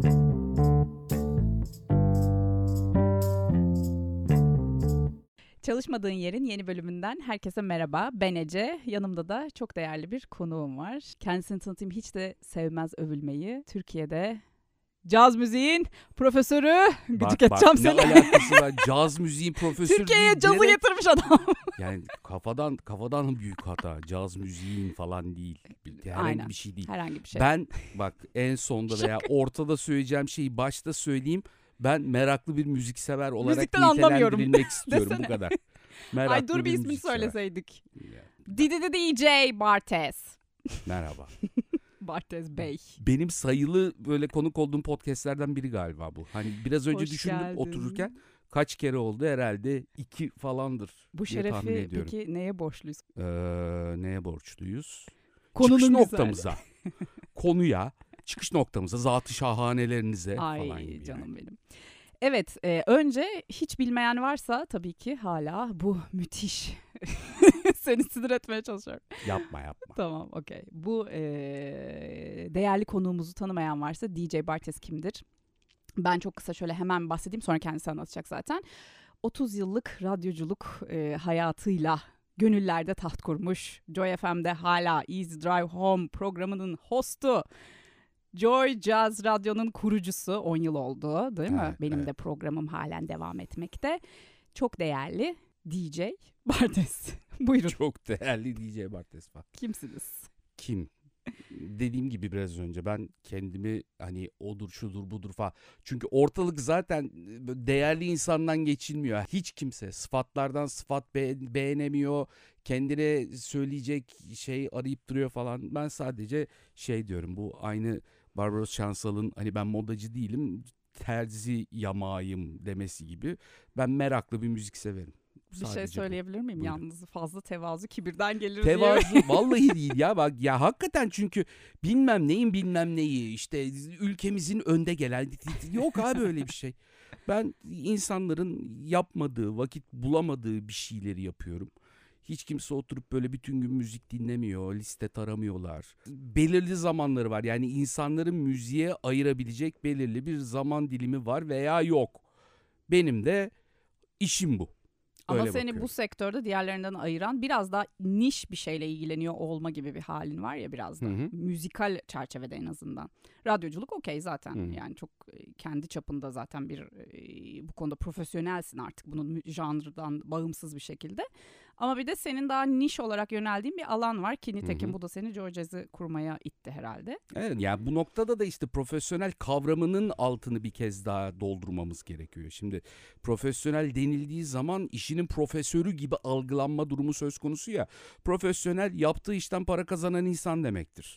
Çalışmadığın Yer'in yeni bölümünden herkese merhaba. Ben Ece. Yanımda da çok değerli bir konuğum var. Kendisini tanıtayım, hiç de sevmez övülmeyi. Türkiye'de caz müziğin profesörü. Gıcık edeceğim seni. Ne alakası var? Caz müziğin profesörü Türkiye'ye cazı diyerek... getirmiş adam. Yani kafadan büyük hata. Caz müziğin falan değil. Herhangi Aynen. bir şey değil. Herhangi bir şey. Ben bak en sonda veya ortada söyleyeceğim şeyi başta söyleyeyim. Ben meraklı bir müziksever olarak Müzikten nitelendirilmek istiyorum. Bu kadar. Meraklı Ay dur bir ismini müziksever. söyleseydik. Ya, DJ Bartes. merhaba. Bartes Bey. Benim sayılı böyle konuk olduğum podcastlerden biri galiba bu. Hani biraz önce Hoş düşündüm geldin. otururken. Kaç kere oldu? Herhalde 2 falandır Bu diye tahmin şerefi ediyorum. peki neye borçluyuz? Neye borçluyuz? Konunun çıkış güzel. noktamıza, konuya, çıkış noktamıza, zat-ı şahanelerinize Ay falan gibi. canım Yani. benim. Evet, önce hiç bilmeyen varsa tabii ki hala bu müthiş. Seni sinir etmeye çalışıyorum. Yapma. Tamam, okey. Bu değerli konuğumuzu tanımayan varsa DJ Bartes kimdir? Ben çok kısa şöyle hemen bahsedeyim, sonra kendisi anlatacak zaten. 30 yıllık radyoculuk hayatıyla gönüllerde taht kurmuş. Joy FM'de hala Easy Drive Home programının hostu. Joy Jazz Radyo'nun kurucusu, 10 yıl oldu değil mi? Evet, Benim evet. de programım halen devam etmekte. Çok değerli DJ Bartes. Buyurun. Çok değerli DJ Bartes var. Kimsiniz? Kim? Dediğim gibi biraz önce ben kendimi hani odur şudur budur falan. Çünkü ortalık zaten değerli insandan geçilmiyor. Hiç kimse sıfatlardan sıfat beğenemiyor. Kendine söyleyecek şey arayıp duruyor falan. Ben sadece şey diyorum, bu aynı Barbaros Şansal'ın hani ben modacı değilim, terzi yamağıyım demesi gibi. Ben meraklı bir müzik severim. Bir Sadece şey bu. söyleyebilir miyim? Buyurun. Yalnız fazla tevazu kibirden gelir Tevazu diye. vallahi değil ya, bak ya hakikaten, çünkü bilmem neyi işte ülkemizin önde gelen, yok abi öyle bir şey. Ben insanların yapmadığı, vakit bulamadığı bir şeyleri yapıyorum. Hiç kimse oturup böyle bütün gün müzik dinlemiyor, liste taramıyorlar. Belirli zamanları var, yani insanların müziğe ayırabilecek belirli bir zaman dilimi var veya yok. Benim de işim bu. Ama Öyle seni bakıyorum. bu sektörde diğerlerinden ayıran biraz daha niş bir şeyle ilgileniyor olma gibi bir halin var ya, biraz da. Hı hı. Müzikal çerçevede en azından. Radyoculuk okey zaten. Hı. Yani çok kendi çapında zaten bir bu konuda profesyonelsin artık, bunun janrdan bağımsız bir şekilde. Ama bir de senin daha niş olarak yöneldiğin bir alan var ki nitekim bu da seni Joy Jazz'ı kurmaya itti herhalde. Evet, yani bu noktada da işte profesyonel kavramının altını bir kez daha doldurmamız gerekiyor. Şimdi profesyonel denildiği zaman işinin profesörü gibi algılanma durumu söz konusu ya. Profesyonel yaptığı işten para kazanan insan demektir.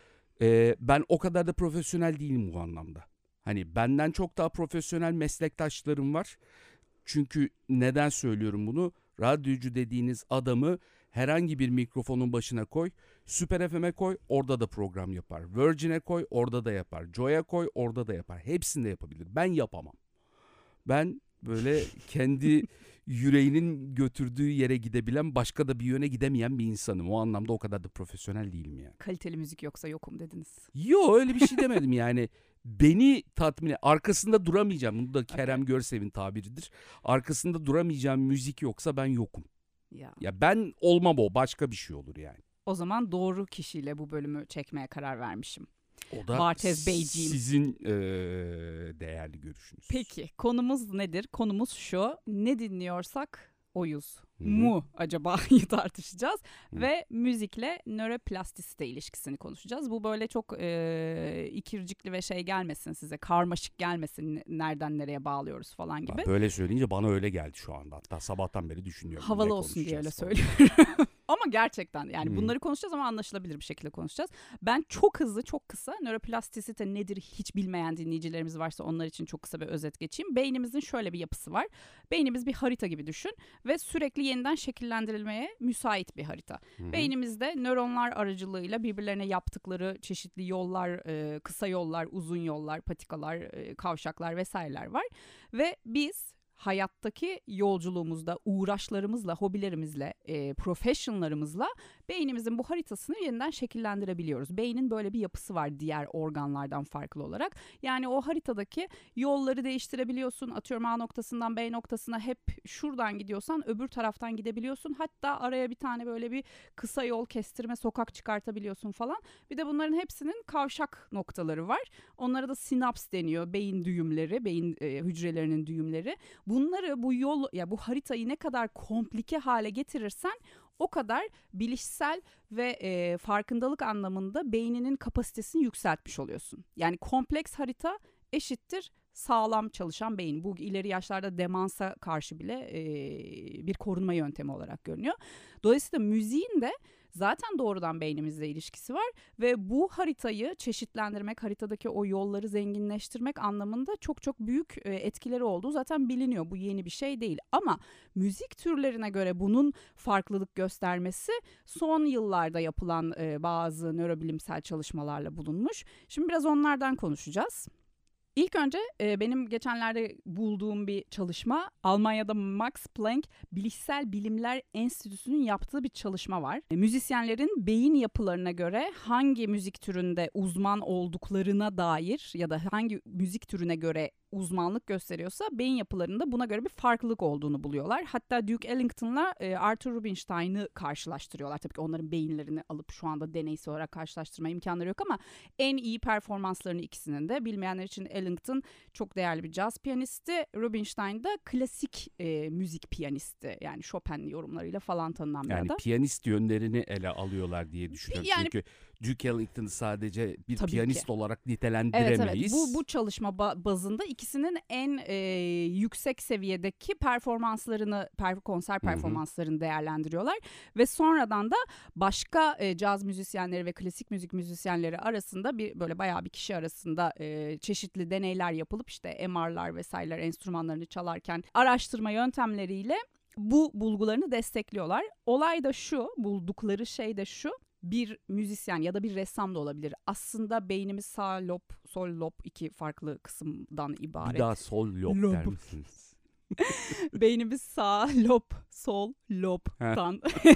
Ben o kadar da profesyonel değilim bu anlamda. Hani benden çok daha profesyonel meslektaşlarım var. Çünkü neden söylüyorum bunu? Radyocu dediğiniz adamı herhangi bir mikrofonun başına koy, Süper FM'e koy, orada da program yapar. Virgin'e koy, orada da yapar. Joy'a koy, orada da yapar. Hepsinde yapabilir. Ben yapamam. Ben böyle kendi yüreğinin götürdüğü yere gidebilen, başka da bir yöne gidemeyen bir insanım. O anlamda o kadar da profesyonel değilim yani. Kaliteli müzik yoksa yokum dediniz. Yo, öyle bir şey demedim yani. Beni tatmin, arkasında duramayacağım. Bunu da Kerem Görsev'in tabiridir. Arkasında duramayacağım müzik yoksa ben yokum. Ya ben olmam, o başka bir şey olur yani. O zaman doğru kişiyle bu bölümü çekmeye karar vermişim. O da Bartes Beyciğim. sizin değerli görüşünüz. Peki konumuz nedir? Konumuz şu: ne dinliyorsak oyuz Hı-hı. mu acaba'yı tartışacağız. Ve müzikle nöroplastisite ilişkisini konuşacağız. Bu böyle çok ikircikli ve şey gelmesin size, karmaşık gelmesin, nereden nereye bağlıyoruz falan gibi. Bak, böyle söyleyince bana öyle geldi şu anda. Hatta sabahtan beri düşünüyorum. Havalı olsun diye öyle falan. söylüyorum. Ama gerçekten yani bunları konuşacağız ama anlaşılabilir bir şekilde konuşacağız. Ben çok hızlı, çok kısa nöroplastisite nedir hiç bilmeyen dinleyicilerimiz varsa onlar için çok kısa bir özet geçeyim. Beynimizin şöyle bir yapısı var. Beynimiz bir harita gibi düşün ve sürekli yeniden şekillendirilmeye müsait bir harita. Hı-hı. Beynimizde nöronlar aracılığıyla birbirlerine yaptıkları çeşitli yollar, kısa yollar, uzun yollar, patikalar, kavşaklar vesaireler var. Ve biz hayattaki yolculuğumuzda uğraşlarımızla, hobilerimizle, professionlarımızla beynimizin bu haritasını yeniden şekillendirebiliyoruz. Beynin böyle bir yapısı var diğer organlardan farklı olarak. Yani o haritadaki yolları değiştirebiliyorsun. Atıyorum A noktasından B noktasına hep şuradan gidiyorsan öbür taraftan gidebiliyorsun. Hatta araya bir tane böyle bir kısa yol kestirme sokak çıkartabiliyorsun falan. Bir de bunların hepsinin kavşak noktaları var. Onlara da sinaps deniyor. Beyin düğümleri, beyin hücrelerinin düğümleri. Bunları bu yol ya bu haritayı ne kadar komplike hale getirirsen o kadar bilişsel ve farkındalık anlamında beyninin kapasitesini yükseltmiş oluyorsun. Yani kompleks harita eşittir sağlam çalışan beyin. Bu ileri yaşlarda demansa karşı bile bir korunma yöntemi olarak görünüyor. Dolayısıyla müziğin de zaten doğrudan beynimizle ilişkisi var ve bu haritayı çeşitlendirmek, haritadaki o yolları zenginleştirmek anlamında çok çok büyük etkileri olduğu zaten biliniyor. Bu yeni bir şey değil ama müzik türlerine göre bunun farklılık göstermesi son yıllarda yapılan bazı nörobilimsel çalışmalarla bulunmuş. Şimdi biraz onlardan konuşacağız. İlk önce benim geçenlerde bulduğum bir çalışma, Almanya'da Max Planck Bilişsel Bilimler Enstitüsü'nün yaptığı bir çalışma var. Müzisyenlerin beyin yapılarına göre hangi müzik türünde uzman olduklarına dair ya da hangi müzik türüne göre uzmanlık gösteriyorsa beyin yapılarında buna göre bir farklılık olduğunu buluyorlar. Hatta Duke Ellington'la Arthur Rubinstein'ı karşılaştırıyorlar. Tabii ki onların beyinlerini alıp şu anda deneysel olarak karşılaştırma imkanları yok ama en iyi performanslarını ikisinin de. Bilmeyenler için Ellington çok değerli bir caz piyanisti. Rubinstein de klasik müzik piyanisti. Yani Chopin yorumlarıyla falan tanınan bir yani adam. Yani piyanist yönlerini ele alıyorlar diye düşünüyorum. Yani, çünkü Duke Ellington'ı sadece bir tabii piyanist ki olarak nitelendiremeyiz. Evet. Bu çalışma bazında ikisinin en yüksek seviyedeki performanslarını, konser performanslarını değerlendiriyorlar. Ve sonradan da başka caz müzisyenleri ve klasik müzik müzisyenleri arasında böyle bayağı bir kişi arasında çeşitli deneyler yapılıp işte MR'lar vesaireler enstrümanlarını çalarken araştırma yöntemleriyle bu bulgularını destekliyorlar. Olay da şu, buldukları şey de şu. Bir müzisyen ya da bir ressam da olabilir. Aslında beynimiz sağ lob, sol lob iki farklı kısımdan ibaret. Bir daha sol lob der misiniz? Beynimiz sağ lob, sol lobdan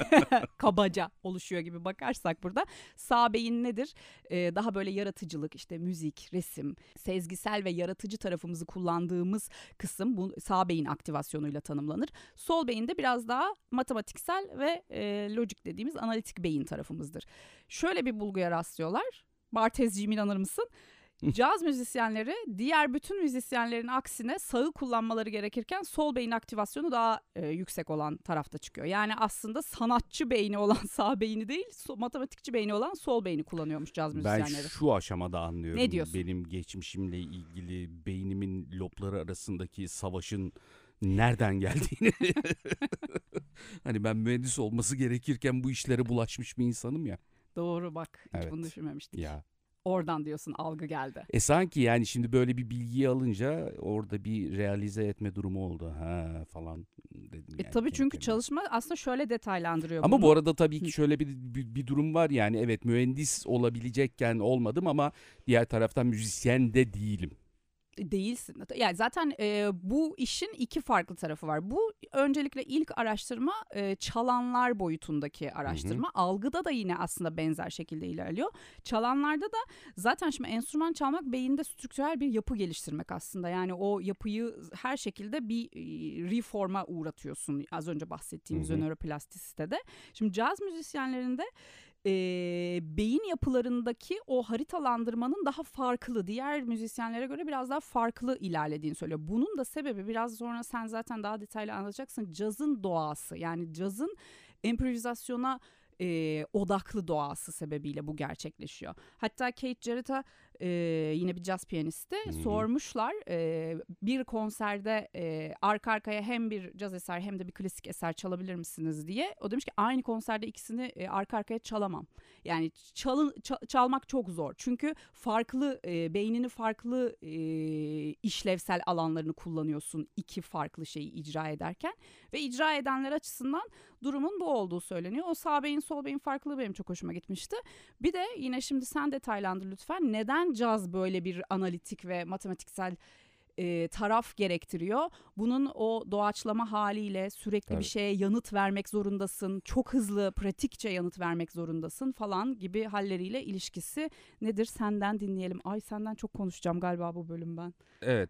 kabaca oluşuyor gibi bakarsak burada. Sağ beyin nedir? Daha böyle yaratıcılık, işte müzik, resim, sezgisel ve yaratıcı tarafımızı kullandığımız kısım bu sağ beyin aktivasyonuyla tanımlanır. Sol beyin de biraz daha matematiksel ve lojik dediğimiz analitik beyin tarafımızdır. Şöyle bir bulguya rastlıyorlar. Bartezciğim, inanır mısın? Caz müzisyenleri diğer bütün müzisyenlerin aksine sağı kullanmaları gerekirken sol beyin aktivasyonu daha yüksek olan tarafta çıkıyor. Yani aslında sanatçı beyni olan sağ beyni değil, matematikçi beyni olan sol beyni kullanıyormuş caz müzisyenleri. Ben şu aşamada anlıyorum. Ne diyorsun? Benim geçmişimle ilgili beynimin lobları arasındaki savaşın nereden geldiğini. Hani ben mühendis olması gerekirken bu işlere bulaşmış bir insanım ya. Doğru, bak hiç Evet. bunu düşünmemiştik. Ya. Oradan diyorsun, algı geldi. Sanki yani şimdi böyle bir bilgiyi alınca orada bir realize etme durumu oldu. Ha falan dedim yani. Tabii çünkü kendime. çalışma aslında şöyle detaylandırıyor Ama bunu. bu arada tabii ki şöyle bir durum var yani, evet mühendis olabilecekken olmadım ama diğer taraftan müzisyen de değilim. Değilsin. Yani zaten bu işin iki farklı tarafı var. Bu öncelikle ilk araştırma çalanlar boyutundaki araştırma. Algıda da yine aslında benzer şekilde ilerliyor. Çalanlarda da zaten şimdi enstrüman çalmak beyinde strüktürel bir yapı geliştirmek aslında. Yani o yapıyı her şekilde bir reforma uğratıyorsun. Az önce bahsettiğimiz nöroplastisitede. Şimdi caz müzisyenlerinde beyin yapılarındaki o haritalandırmanın daha farklı, diğer müzisyenlere göre biraz daha farklı ilerlediğini söylüyor. Bunun da sebebi, biraz sonra sen zaten daha detaylı anlatacaksın, cazın doğası. Yani cazın improvizasyona odaklı doğası sebebiyle bu gerçekleşiyor. Hatta Kate Jarrett'a yine bir caz piyanisti sormuşlar bir konserde arka arkaya hem bir caz eser hem de bir klasik eser çalabilir misiniz diye. O demiş ki aynı konserde ikisini arka arkaya çalamam. Yani çalmak çok zor. Çünkü farklı beynini farklı işlevsel alanlarını kullanıyorsun iki farklı şeyi icra ederken ve icra edenler açısından durumun bu olduğu söyleniyor. O sağ beyin sol beyin farklılığı benim çok hoşuma gitmişti. Bir de yine şimdi sen detaylandır lütfen. Neden caz böyle bir analitik ve matematiksel taraf gerektiriyor. Bunun o doğaçlama haliyle sürekli bir şeye yanıt vermek zorundasın. Çok hızlı, pratikçe yanıt vermek zorundasın falan gibi halleriyle ilişkisi nedir? Senden dinleyelim. Ay senden çok konuşacağım galiba bu bölüm ben. Evet,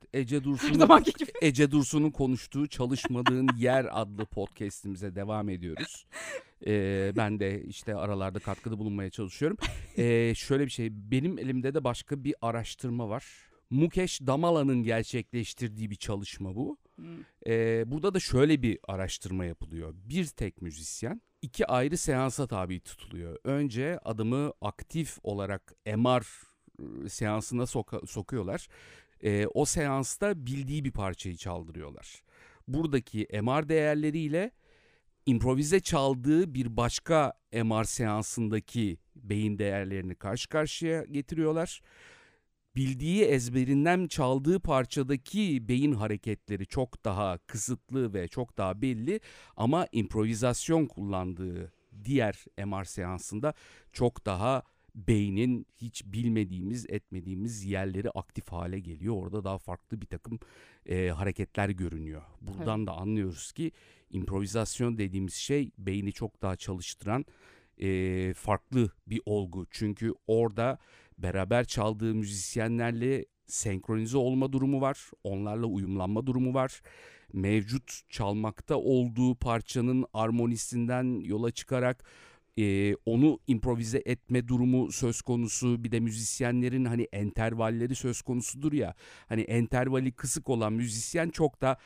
Ece Dursun'un konuştuğu Çalışmadığın Yer adlı podcast'imize devam ediyoruz. Ben de işte aralarda katkıda bulunmaya çalışıyorum. Şöyle bir şey, benim elimde de başka bir araştırma var. Mukesh Damala'nın gerçekleştirdiği bir çalışma bu. Burada da şöyle bir araştırma yapılıyor. Bir tek müzisyen 2 ayrı seansa tabi tutuluyor. Önce adamı aktif olarak MR seansına sokuyorlar. O seansta bildiği bir parçayı çaldırıyorlar. Buradaki MR değerleriyle improvize çaldığı bir başka MR seansındaki beyin değerlerini karşı karşıya getiriyorlar. Bildiği, ezberinden çaldığı parçadaki beyin hareketleri çok daha kısıtlı ve çok daha belli, ama improvizasyon kullandığı diğer MR seansında çok daha beynin hiç bilmediğimiz, etmediğimiz yerleri aktif hale geliyor. Orada daha farklı bir takım hareketler görünüyor. Buradan da anlıyoruz ki improvizasyon dediğimiz şey beyni çok daha çalıştıran farklı bir olgu. Çünkü orada beraber çaldığı müzisyenlerle senkronize olma durumu var. Onlarla uyumlanma durumu var. Mevcut çalmakta olduğu parçanın armonisinden yola çıkarak onu improvize etme durumu söz konusu. Bir de müzisyenlerin hani entervalleri söz konusudur ya. Hani entervali kısık olan müzisyen çok da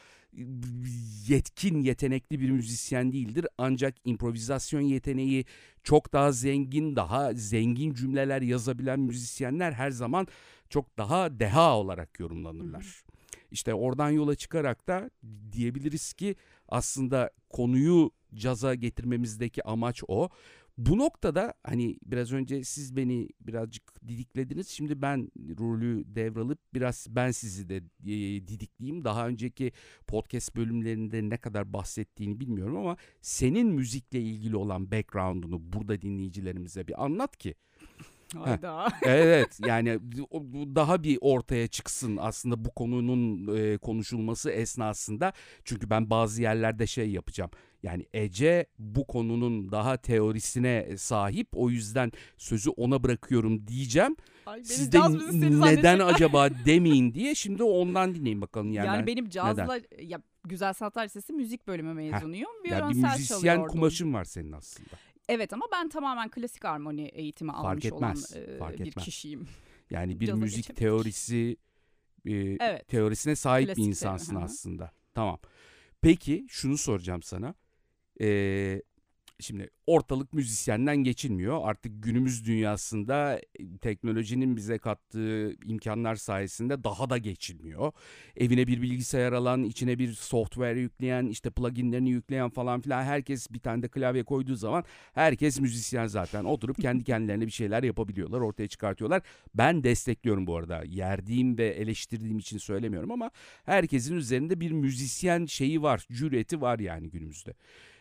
yetkin, yetenekli bir müzisyen değildir. Ancak improvizasyon yeteneği çok daha zengin, daha zengin cümleler yazabilen müzisyenler her zaman çok daha deha olarak yorumlanırlar. İşte oradan yola çıkarak da diyebiliriz ki aslında konuyu caza getirmemizdeki amaç o. Bu noktada hani biraz önce siz beni birazcık didiklediniz. Şimdi ben rolü devralıp biraz ben sizi de didikleyeyim. Daha önceki podcast bölümlerinde ne kadar bahsettiğini bilmiyorum ama senin müzikle ilgili olan background'unu burada dinleyicilerimize bir anlat ki. Hayda. Evet, yani daha bir ortaya çıksın aslında bu konunun konuşulması esnasında. Çünkü ben bazı yerlerde şey yapacağım. Yani Ece bu konunun daha teorisine sahip, o yüzden sözü ona bırakıyorum diyeceğim. Ay, siz de neden acaba demeyin diye şimdi ondan dinleyin bakalım. Yani benim cazla ya, Güzel Sanatlar Lisesi müzik bölümü mezunuyum. Bir müzisyen kumaşın var senin aslında. Evet, ama ben tamamen klasik armoni eğitimi almış olan bir kişiyim. Yani bir müzik teorisi teorisine sahip klasik bir insansın aslında. Tamam. Peki şunu soracağım sana. Şimdi ortalık müzisyenden geçilmiyor. Artık günümüz dünyasında teknolojinin bize kattığı imkanlar sayesinde daha da geçilmiyor. Evine bir bilgisayar alan, içine bir software yükleyen, işte pluginlerini yükleyen falan filan, herkes bir tane de klavye koyduğu zaman herkes müzisyen zaten. Oturup kendi kendilerine bir şeyler yapabiliyorlar, ortaya çıkartıyorlar. Ben destekliyorum bu arada. Yerdiğim ve eleştirdiğim için söylemiyorum ama herkesin üzerinde bir müzisyen şeyi var, cüreti var yani günümüzde.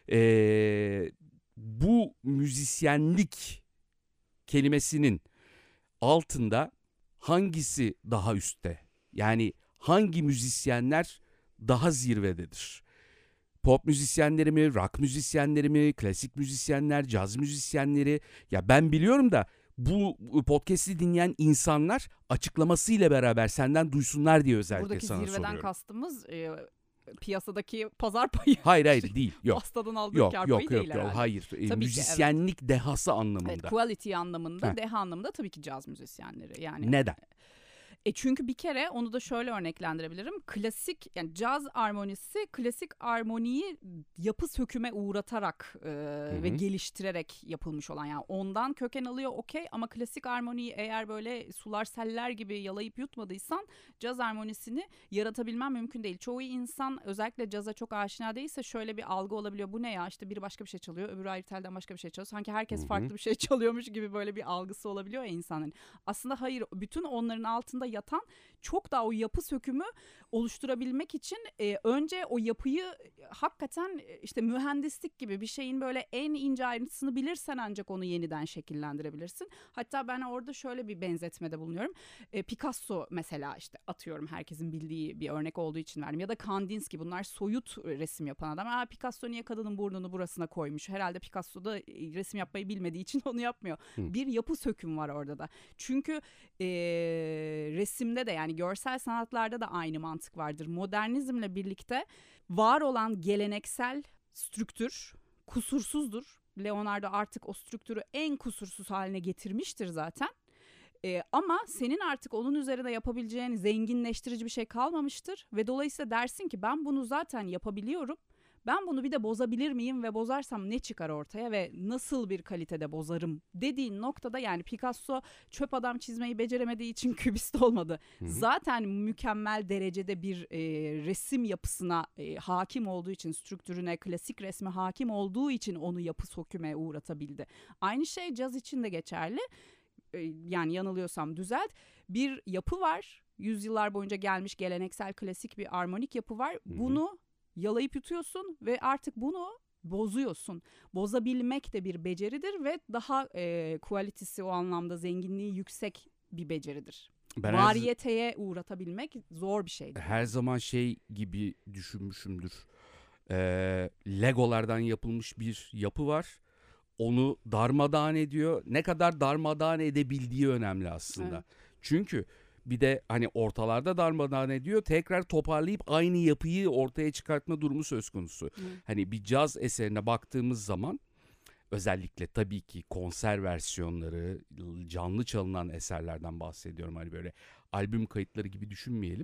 Bu müzisyenlik kelimesinin altında hangisi daha üstte? Yani hangi müzisyenler daha zirvededir? Pop müzisyenleri mi, rock müzisyenleri mi, klasik müzisyenler, caz müzisyenleri? Ya ben biliyorum da bu podcast'i dinleyen insanlar açıklamasıyla beraber senden duysunlar diye özellikle buradaki sana soruyorum. Buradaki zirveden kastımız piyasadaki pazar payı. Hayır değil. Yok. Pastadan aldığı kar payı değil herhalde. Hayır. Müzisyenlik dehası anlamında. Evet, quality anlamında, deha anlamında tabii ki caz müzisyenleri. Yani neden? Çünkü bir kere onu da şöyle örneklendirebilirim. Klasik, yani caz armonisi klasik armoniyi yapı söküme uğratarak ve geliştirerek yapılmış olan, yani ondan köken alıyor okey, ama klasik armoniyi eğer böyle sular seller gibi yalayıp yutmadıysan caz armonisini yaratabilmen mümkün değil. Çoğu insan özellikle caza çok aşina değilse şöyle bir algı olabiliyor. Bu ne ya, işte biri başka bir şey çalıyor, öbürü ayrı telden başka bir şey çalıyor. Sanki herkes farklı bir şey çalıyormuş gibi böyle bir algısı olabiliyor ya insanların. Aslında hayır, bütün onların altında yatan çok daha o yapı sökümü oluşturabilmek için önce o yapıyı hakikaten işte mühendislik gibi bir şeyin böyle en ince ayrıntısını bilirsen ancak onu yeniden şekillendirebilirsin. Hatta ben orada şöyle bir benzetmede bulunuyorum. Picasso mesela, işte atıyorum, herkesin bildiği bir örnek olduğu için verdim. Ya da Kandinsky, bunlar soyut resim yapan adam. Picasso niye kadının burnunu burasına koymuş? Herhalde Picasso da resim yapmayı bilmediği için onu yapmıyor. Bir yapı söküm var orada da. Çünkü resimde de, yani görsel sanatlarda da aynı mantık vardır. Modernizmle birlikte var olan geleneksel strüktür kusursuzdur. Leonardo artık o strüktürü en kusursuz haline getirmiştir zaten. Ama senin artık onun üzerine yapabileceğin zenginleştirici bir şey kalmamıştır. Ve dolayısıyla dersin ki ben bunu zaten yapabiliyorum. Ben bunu bir de bozabilir miyim ve bozarsam ne çıkar ortaya ve nasıl bir kalitede bozarım dediğin noktada, yani Picasso çöp adam çizmeyi beceremediği için kübist olmadı. Zaten mükemmel derecede bir resim yapısına hakim olduğu için, strüktürüne, klasik resme hakim olduğu için onu yapı söküme uğratabildi. Aynı şey caz için de geçerli. Yani yanılıyorsam düzelt. Bir yapı var. Yüzyıllar boyunca gelmiş geleneksel klasik bir armonik yapı var. Bunu yalayıp yutuyorsun ve artık bunu bozuyorsun. Bozabilmek de bir beceridir ve daha kualitesi, o anlamda zenginliği yüksek bir beceridir. Variyeteye uğratabilmek zor bir şeydir. Her zaman şey gibi düşünmüşümdür. Legolardan yapılmış bir yapı var. Onu darmadağın ediyor. Ne kadar darmadağın edebildiği önemli aslında. Evet. Çünkü bir de hani ortalarda darmadağın ediyor, tekrar toparlayıp aynı yapıyı ortaya çıkartma durumu söz konusu. Hani bir caz eserine baktığımız zaman, özellikle tabii ki konser versiyonları, canlı çalınan eserlerden bahsediyorum. Hani böyle albüm kayıtları gibi düşünmeyelim.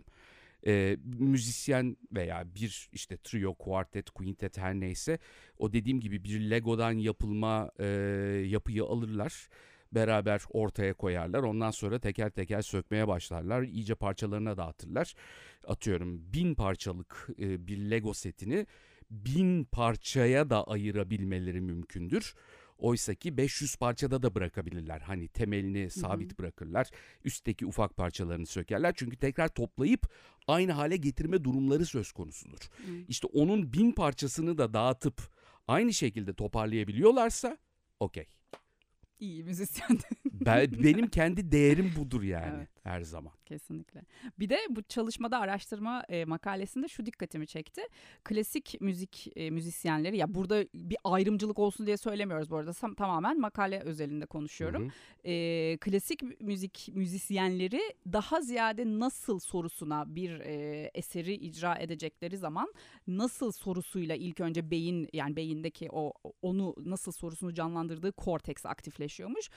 Müzisyen veya bir işte trio, kuartet, quintet, her neyse, o dediğim gibi bir Lego'dan yapılma yapıyı alırlar. Beraber ortaya koyarlar. Ondan sonra teker teker sökmeye başlarlar. İyice parçalarına dağıtırlar. Atıyorum 1000 parçalık bir Lego setini 1000 parçaya da ayırabilmeleri mümkündür. Oysaki 500 parçada da bırakabilirler. Hani temelini sabit bırakırlar. Üstteki ufak parçalarını sökerler. Çünkü tekrar toplayıp aynı hale getirme durumları söz konusudur. İşte onun 1000 parçasını da dağıtıp aynı şekilde toparlayabiliyorlarsa okey. İyi müzisyen. Benim kendi değerim budur yani, evet, her zaman. Kesinlikle. Bir de bu çalışmada, araştırma makalesinde şu dikkatimi çekti. Klasik müzik müzisyenleri, ya burada bir ayrımcılık olsun diye söylemiyoruz bu arada. Tamamen makale özelinde konuşuyorum. Klasik müzik müzisyenleri daha ziyade nasıl sorusuna, bir eseri icra edecekleri zaman nasıl sorusuyla ilk önce beyin, yani beyindeki onu nasıl sorusunu canlandırdığı korteks aktifleşiyormuş.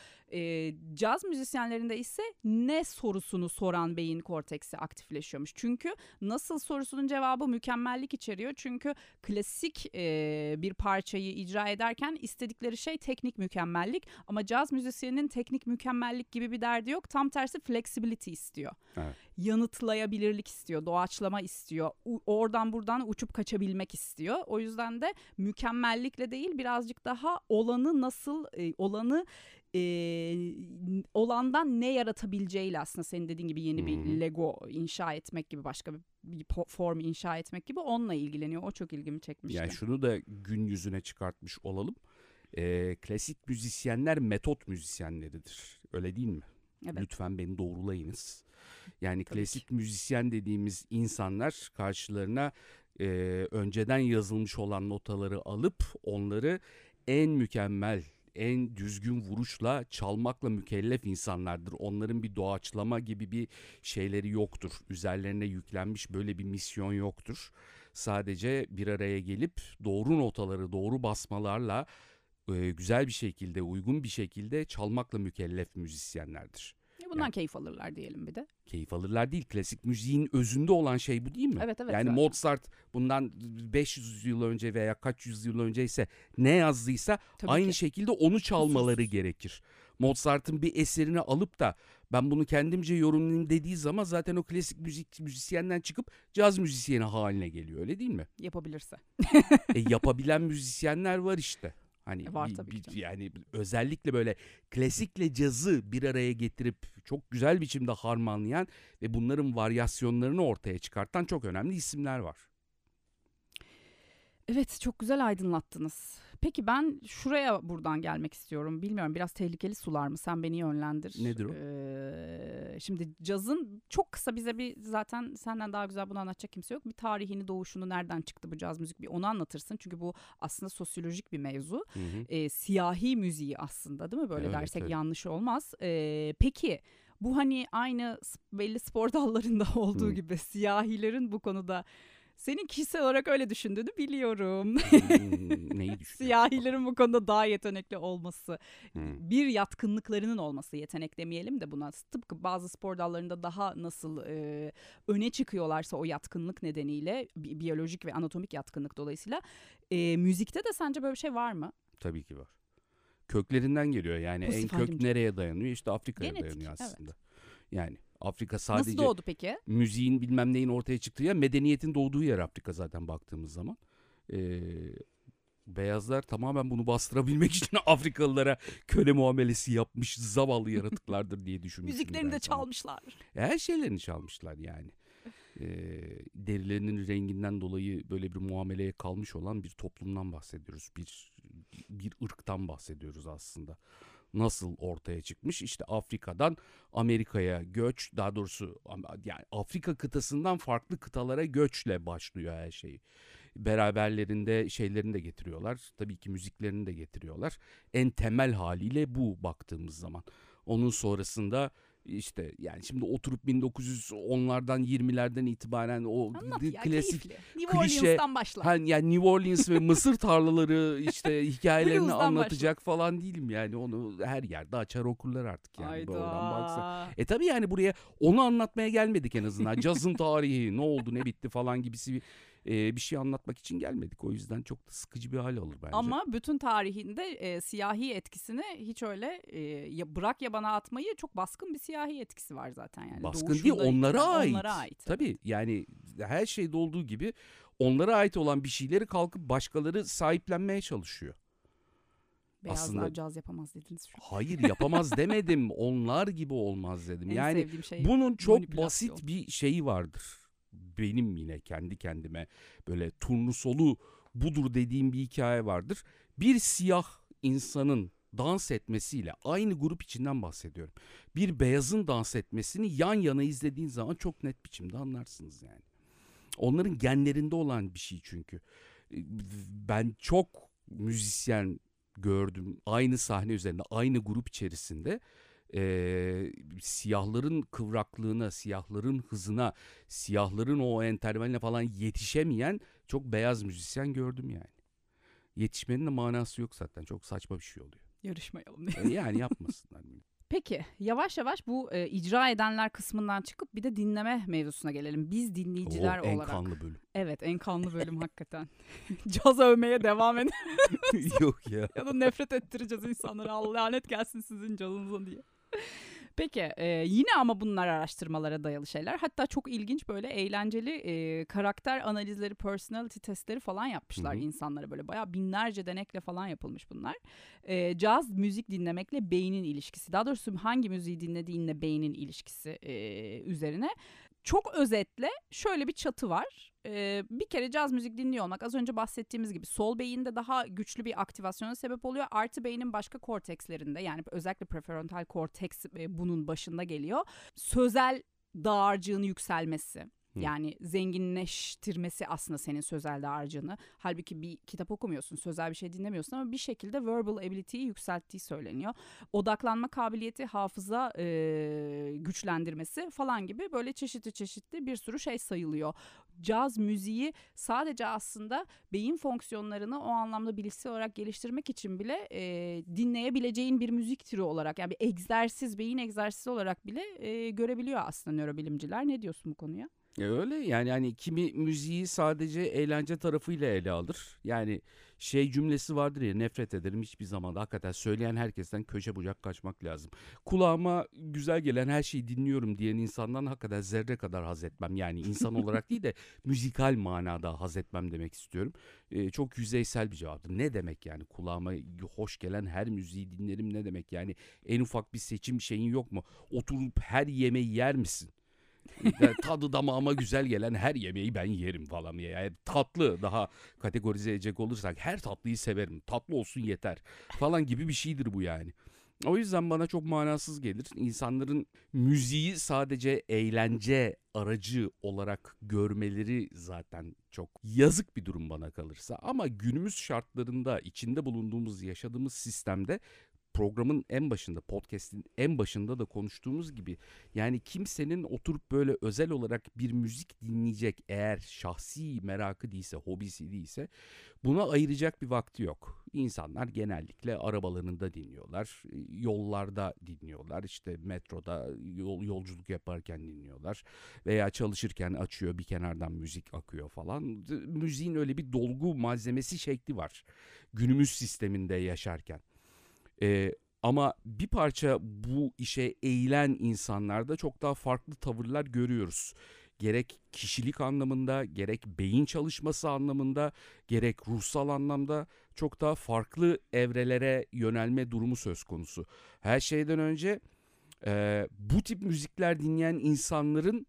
Caz müzisyenlerinde ise ne sorusunu soran beyin korteksi aktifleşiyormuş. Çünkü nasıl sorusunun cevabı mükemmellik içeriyor. Çünkü klasik bir parçayı icra ederken istedikleri şey teknik mükemmellik. Ama caz müzisyeninin teknik mükemmellik gibi bir derdi yok. Tam tersi flexibility istiyor. Evet. Yanıtlayabilirlik istiyor, doğaçlama istiyor. Oradan buradan uçup kaçabilmek istiyor. O yüzden de mükemmellikle değil, birazcık daha olanı nasıl, olandan ne yaratabileceğiyle, aslında senin dediğin gibi yeni bir Lego inşa etmek gibi, başka bir form inşa etmek gibi, onunla ilgileniyor. O çok ilgimi çekmişti. Yani şunu da gün yüzüne çıkartmış olalım. Klasik müzisyenler metot müzisyenleridir. Öyle değil mi? Evet. Lütfen beni doğrulayınız. Yani tabii klasik müzisyen dediğimiz insanlar karşılarına önceden yazılmış olan notaları alıp onları en mükemmel, en düzgün vuruşla çalmakla mükellef insanlardır. Onların bir doğaçlama gibi bir şeyleri yoktur. Üzerlerine yüklenmiş böyle bir misyon yoktur. Sadece bir araya gelip doğru notaları doğru basmalarla güzel bir şekilde, uygun bir şekilde çalmakla mükellef müzisyenlerdir. Bundan yani, keyif alırlar diyelim bir de. Keyif alırlar değil. Klasik müziğin özünde olan şey bu değil mi? Evet, evet. Yani zaten Mozart bundan 500 yıl önce veya kaç yüzyıl önceyse ne yazdıysa tabii aynı şekilde onu çalmaları gerekir. Mozart'ın bir eserini alıp da ben bunu kendimce yorumlayayım dediği zaman zaten o klasik müzisyenden çıkıp caz müzisyeni haline geliyor, öyle değil mi? Yapabilirse. Yapabilen müzisyenler var işte. Hani Var tabii ki canım. yani özellikle böyle klasikle cazı bir araya getirip çok güzel biçimde harmanlayan ve bunların varyasyonlarını ortaya çıkartan çok önemli isimler var. Evet, çok güzel aydınlattınız. Peki ben şuraya buradan gelmek istiyorum. Bilmiyorum, biraz tehlikeli sular mı? Sen beni yönlendir. Nedir o? Şimdi cazın çok kısa bize bir, zaten senden daha güzel bunu anlatacak kimse yok. Bir tarihini, doğuşunu, nereden çıktı bu caz müzik, bir onu anlatırsın. Çünkü bu aslında sosyolojik bir mevzu. Hı hı. Siyahi müziği aslında, değil mi? Böyle Evet, dersek evet. yanlış olmaz. Peki bu hani aynı belli spor dallarında olduğu Hı. gibi siyahilerin bu konuda, senin kişisel olarak öyle düşündüğünü biliyorum. Neyi düşünüyorsun? Siyahilerin bu konuda daha yetenekli olması, Hı. bir yatkınlıklarının olması, yetenek demeyelim de buna. Tıpkı bazı spor dallarında daha nasıl öne çıkıyorlarsa o yatkınlık nedeniyle, biyolojik ve anatomik yatkınlık dolayısıyla, müzikte de sence böyle bir şey var mı? Tabii ki var. Köklerinden geliyor yani, en Pozitif kök ayrımcılık. nereye dayanıyor? İşte Afrika'ya dayanıyor Genetik, evet. aslında. Yani Afrika Nasıl sadece doğdu peki? müziğin bilmem neyin ortaya çıktığı yer, medeniyetin doğduğu yer Afrika zaten baktığımız zaman. Ee, Beyazlar tamamen bunu bastırabilmek için Afrikalılara köle muamelesi yapmış zavallı yaratıklardır diye düşünmüşüm Müziklerini ben de zaman. çalmışlar. Her şeylerini çalmışlar yani. Derilerinin renginden dolayı böyle bir muameleye kalmış olan bir toplumdan bahsediyoruz. Bir ırktan bahsediyoruz aslında. Nasıl ortaya çıkmış? İşte Afrika'dan Amerika'ya göç, daha doğrusu yani Afrika kıtasından farklı kıtalara göçle başlıyor her şey. Beraberlerinde şeylerini de getiriyorlar. Tabii ki müziklerini de getiriyorlar. En temel haliyle bu baktığımız zaman. Onun sonrasında işte yani şimdi oturup 1910'lardan 20'lerden itibaren o Anlat ya, klasik keyifli. New klişe, Orleans'tan başla. hani yani New Orleans ve Mısır tarlaları işte hikayelerini Blues'dan başla. anlatacak falan değilim yani, onu her yerde açar okurlar artık yani, oradan baksa. Ayda. Tabii yani buraya onu anlatmaya gelmedik en azından. Cazın tarihi ne oldu ne bitti falan gibisi bir şey anlatmak için gelmedik. O yüzden çok da sıkıcı bir hal alır bence. Ama bütün tarihinde siyahi etkisini hiç öyle bırak yabana atmayı, çok baskın bir siyahi etkisi var zaten yani. Baskın değil, Doğuşundan onlara itibaren ait. Onlara ait. Tabii yani her şeyde olduğu gibi onlara ait olan bir şeyleri kalkıp başkaları sahiplenmeye çalışıyor. Beyazlar Aslında caz yapamaz dediniz şu an. hayır, yapamaz demedim. Onlar gibi olmaz dedim. En Yani sevdiğim şey bunun çok manipülasyon. basit bir şeyi vardır. Benim yine kendi kendime böyle turnusolu budur dediğim bir hikaye vardır. Bir siyah insanın dans etmesiyle, aynı grup içinden bahsediyorum, bir beyazın dans etmesini yan yana izlediğin zaman çok net biçimde anlarsınız yani. Onların genlerinde olan bir şey çünkü. Ben çok müzisyen gördüm aynı sahne üzerinde, aynı grup içerisinde. Siyahların kıvraklığına, siyahların hızına, siyahların o entervaline falan yetişemeyen çok beyaz müzisyen gördüm yani. Yetişmenin de manası yok zaten. Çok saçma bir şey oluyor. Yarışmayalım. Yani yapmasınlar. Peki yavaş yavaş bu icra edenler kısmından çıkıp bir de dinleme mevzusuna gelelim. Biz dinleyiciler En olarak. kanlı bölüm. Evet, en kanlı bölüm hakikaten. Caz övmeye devam edin. Yok ya. Ya da nefret ettireceğiz insanları. Allah lanet gelsin sizin canınıza diye. Peki yine ama bunlar araştırmalara dayalı şeyler. Hatta çok ilginç, böyle eğlenceli karakter analizleri, personality testleri falan yapmışlar insanlara. Böyle bayağı binlerce denekle falan yapılmış bunlar. Caz müzik dinlemekle beynin ilişkisi. Daha doğrusu hangi müziği dinlediğinle beynin ilişkisi üzerine. Çok özetle şöyle bir çatı var. Bir kere caz müzik dinliyor olmak, az önce bahsettiğimiz gibi, sol beyinde daha güçlü bir aktivasyona sebep oluyor. Artı beynin başka kortekslerinde, yani özellikle prefrontal korteks bunun başında geliyor. Sözel dağarcığın yükselmesi. Yani zenginleştirmesi aslında senin sözel dağarcığını. Halbuki bir kitap okumuyorsun, sözel bir şey dinlemiyorsun ama bir şekilde verbal ability'yi yükselttiği söyleniyor. Odaklanma kabiliyeti, hafıza güçlendirmesi falan gibi böyle çeşitli bir sürü şey sayılıyor. Caz müziği sadece aslında beyin fonksiyonlarını o anlamda bilişsel olarak geliştirmek için bile dinleyebileceğin bir müzik türü olarak, yani bir egzersiz, beyin egzersizi olarak bile görebiliyor aslında nörobilimciler. Ne diyorsun bu konuya? Öyle yani hani kimi müziği sadece eğlence tarafıyla ele alır. Yani şey cümlesi vardır ya, nefret ederim hiçbir zaman. Hakikaten söyleyen herkesten köşe bucak kaçmak lazım. Kulağıma güzel gelen her şeyi dinliyorum diyen insandan hakikaten zerre kadar haz etmem. Yani insan olarak değil de müzikal manada haz etmem demek istiyorum. Çok yüzeysel bir cevaptır. Ne demek yani kulağıma hoş gelen her müziği dinlerim, ne demek yani? En ufak bir seçim şeyin yok mu? Oturup her yemeği yer misin? Tadı damağıma güzel gelen her yemeği ben yerim falan. Yani tatlı, daha kategorize edecek olursak her tatlıyı severim. Tatlı olsun yeter falan gibi bir şeydir bu yani. O yüzden bana çok manasız gelir. İnsanların müziği sadece eğlence aracı olarak görmeleri zaten çok yazık bir durum bana kalırsa. Ama günümüz şartlarında, içinde bulunduğumuz, yaşadığımız sistemde, programın en başında, podcast'in en başında da konuştuğumuz gibi, yani kimsenin oturup böyle özel olarak bir müzik dinleyecek, eğer şahsi merakı değilse, hobisi değilse, buna ayıracak bir vakti yok. İnsanlar genellikle arabalarında dinliyorlar, yollarda dinliyorlar, işte metroda yolculuk yaparken dinliyorlar veya çalışırken açıyor, bir kenardan müzik akıyor falan. Müziğin öyle bir dolgu malzemesi şekli var günümüz sisteminde yaşarken. Ama bir parça bu işe eğilen insanlarda çok daha farklı tavırlar görüyoruz. Gerek kişilik anlamında, gerek beyin çalışması anlamında, gerek ruhsal anlamda çok daha farklı evrelere yönelme durumu söz konusu. Her şeyden önce bu tip müzikler dinleyen insanların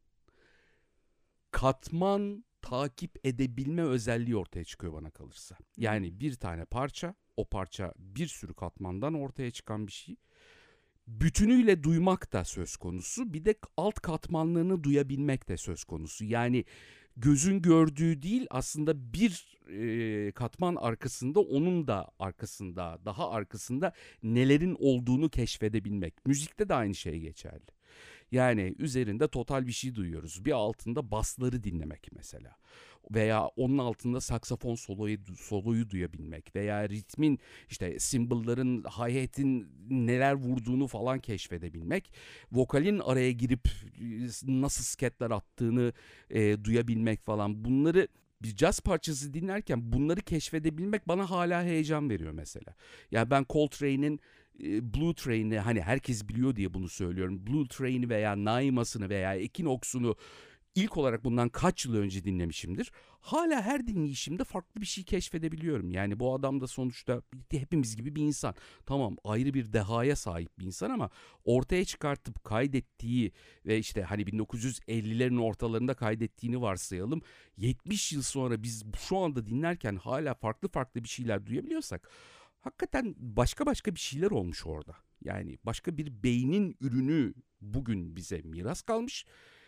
katman takip edebilme özelliği ortaya çıkıyor bana kalırsa. Yani bir tane parça, o parça bir sürü katmandan ortaya çıkan bir şey. Bütünüyle duymak da söz konusu. Bir de alt katmanlarını duyabilmek de söz konusu. Yani gözün gördüğü değil, aslında bir katman arkasında, onun da arkasında, daha arkasında nelerin olduğunu keşfedebilmek. Müzikte de aynı şey geçerli. Yani üzerinde total bir şey duyuyoruz. Bir altında basları dinlemek mesela. Veya onun altında saksafon soloyu duyabilmek veya ritmin, işte cymbal'ların, hi-hat'in neler vurduğunu falan keşfedebilmek. Vokalin araya girip nasıl sketler attığını duyabilmek falan. Bunları, bir caz parçası dinlerken bunları keşfedebilmek bana hala heyecan veriyor mesela. Yani ben Coltrane'in Blue Train'i, hani herkes biliyor diye bunu söylüyorum. Blue Train'i veya Naimas'ını veya Equinox'unu ilk olarak bundan kaç yıl önce dinlemişimdir. Hala her dinleyişimde farklı bir şey keşfedebiliyorum. Yani bu adam da sonuçta hepimiz gibi bir insan. Tamam, ayrı bir dehaya sahip bir insan ama ortaya çıkartıp kaydettiği ve işte hani 1950'lerin ortalarında kaydettiğini varsayalım. 70 yıl sonra biz şu anda dinlerken hala farklı farklı bir şeyler duyabiliyorsak, hakikaten başka bir şeyler olmuş orada. Yani başka bir beynin ürünü bugün bize miras kalmış.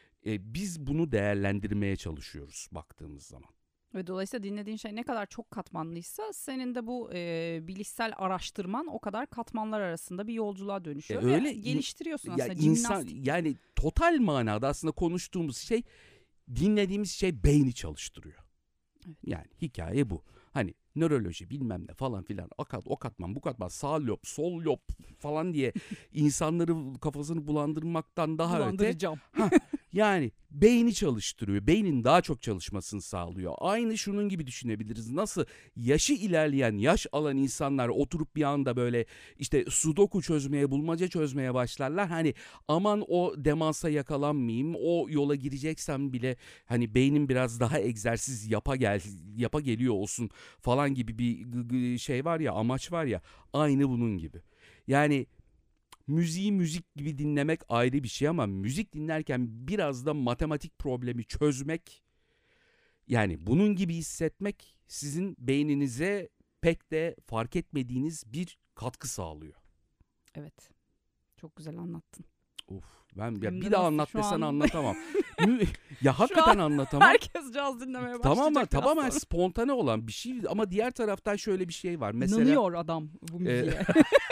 Biz bunu değerlendirmeye çalışıyoruz baktığımız zaman. Ve dolayısıyla dinlediğin şey ne kadar çok katmanlıysa, senin de bu bilişsel araştırman o kadar katmanlar arasında bir yolculuğa dönüşüyor. Öyle ve geliştiriyorsun ya, aslında. insan, Jimnastik. yani total manada aslında konuştuğumuz şey, dinlediğimiz şey beyni çalıştırıyor. Evet. Yani hikaye bu. Hani nöroloji bilmem ne falan filan, o katman bu katman, sağ lob sol lob falan diye insanları kafasını bulandırmaktan daha öte. Bulandıracağım. Yani beyni çalıştırıyor. Beynin daha çok çalışmasını sağlıyor. Aynı şunun gibi düşünebiliriz. Nasıl yaşı ilerleyen, yaş alan insanlar oturup bir anda böyle işte sudoku çözmeye, bulmaca çözmeye başlarlar. Hani aman o demansa yakalanmayayım, o yola gireceksem bile hani beynim biraz daha egzersiz yapa geliyor olsun falan gibi bir şey var ya, amaç var ya, aynı bunun gibi. Yani müziği müzik gibi dinlemek ayrı bir şey ama müzik dinlerken biraz da matematik problemi çözmek, yani bunun gibi hissetmek sizin beyninize pek de fark etmediğiniz bir katkı sağlıyor. Evet. Çok güzel anlattın. Of, ben ya Hem de bir daha nasıl anlat şu desen an- anlatamam. Ya hakikaten anlatamam. Herkes caz dinlemeye başlayacak Tamamen biraz tamamen sonra. spontane olan bir şey ama diğer taraftan şöyle bir şey var. Mesela İnanıyor adam bu müziğe.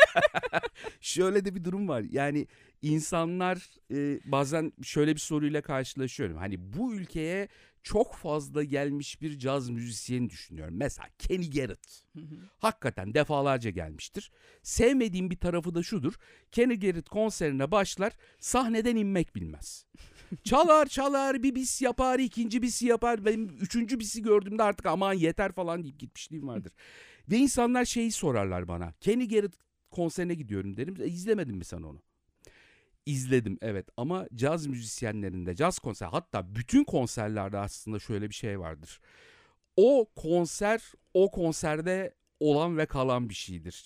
şöyle de bir durum var. Yani insanlar bazen şöyle bir soruyla karşılaşıyorum. Hani bu ülkeye çok fazla gelmiş bir caz müzisyeni düşünüyorum. Mesela Kenny Garrett. Hakikaten defalarca gelmiştir. Sevmediğim bir tarafı da şudur. Kenny Garrett konserine başlar, sahneden inmek bilmez. Çalar bir bis yapar, ikinci bisi yapar. Benim üçüncü bisi gördüğümde artık aman yeter falan deyip gitmişliğim vardır. Ve insanlar şeyi sorarlar bana. Kenny Garrett konserine gidiyorum derim. İzlemedin mi sen onu? İzledim evet, ama caz müzisyenlerinde caz konser, hatta bütün konserlerde aslında şöyle bir şey vardır. O konser o konserde olan ve kalan bir şeydir.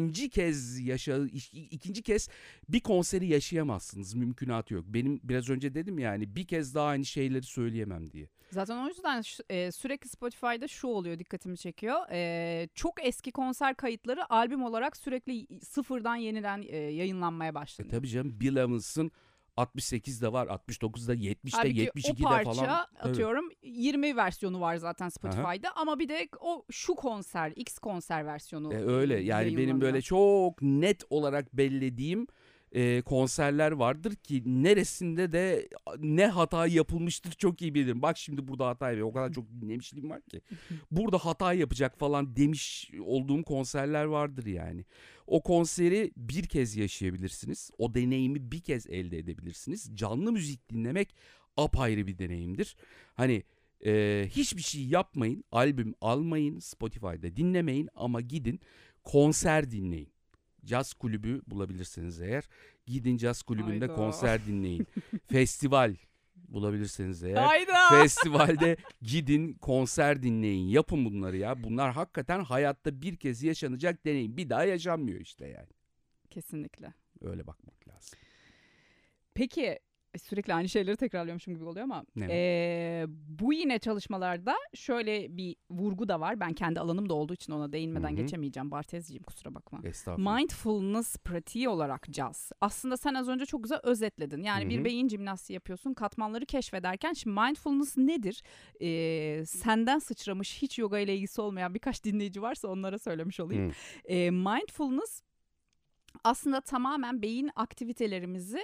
İkinci kez bir konseri yaşayamazsınız. Mümkünatı yok. Benim biraz önce dedim yani, bir kez daha aynı şeyleri söyleyemem diye. Zaten o yüzden sürekli Spotify'da şu oluyor, dikkatimi çekiyor. Çok eski konser kayıtları albüm olarak sürekli sıfırdan yeniden yayınlanmaya başlanıyor. Tabii canım, Bill Evans'ın 68'de var, 69'da, 70'te, Halbuki 72'de o parça, falan. atıyorum 20 versiyonu var zaten Spotify'da. Aha. Ama bir de o şu konser, X konser versiyonu Öyle yani, benim yayınlanıyor. böyle çok net olarak bellediğim konserler vardır ki neresinde de ne hata yapılmıştır çok iyi bilirim. Bak şimdi burada hata yapıyor. O kadar çok dinlemişliğim var ki. Burada hata yapacak falan demiş olduğum konserler vardır yani. O konseri bir kez yaşayabilirsiniz. O deneyimi bir kez elde edebilirsiniz. Canlı müzik dinlemek apayrı bir deneyimdir. Hani hiçbir şey yapmayın, albüm almayın, Spotify'da dinlemeyin, ama gidin konser dinleyin. Caz kulübü bulabilirsiniz eğer, gidin caz kulübünde Hayda. konser dinleyin. Festival bulabilirseniz eğer, Hayda. festivalde gidin konser dinleyin. Yapın bunları ya. Bunlar hakikaten hayatta bir kez yaşanacak deneyim. Bir daha yaşanmıyor işte yani. Kesinlikle. Öyle bakmak lazım. Peki, sürekli aynı şeyleri tekrarlıyormuşum gibi oluyor ama bu yine çalışmalarda şöyle bir vurgu da var. Ben kendi alanım da olduğu için ona değinmeden geçemeyeceğim. Bartezciğim, kusura bakma. Estağfurullah. Mindfulness pratiği olarak caz. Aslında sen az önce çok güzel özetledin. Yani bir beyin jimnastiği yapıyorsun, katmanları keşfederken. Şimdi mindfulness nedir? Senden sıçramış, hiç yoga ile ilgisi olmayan birkaç dinleyici varsa onlara söylemiş olayım. Mindfulness aslında tamamen beyin aktivitelerimizi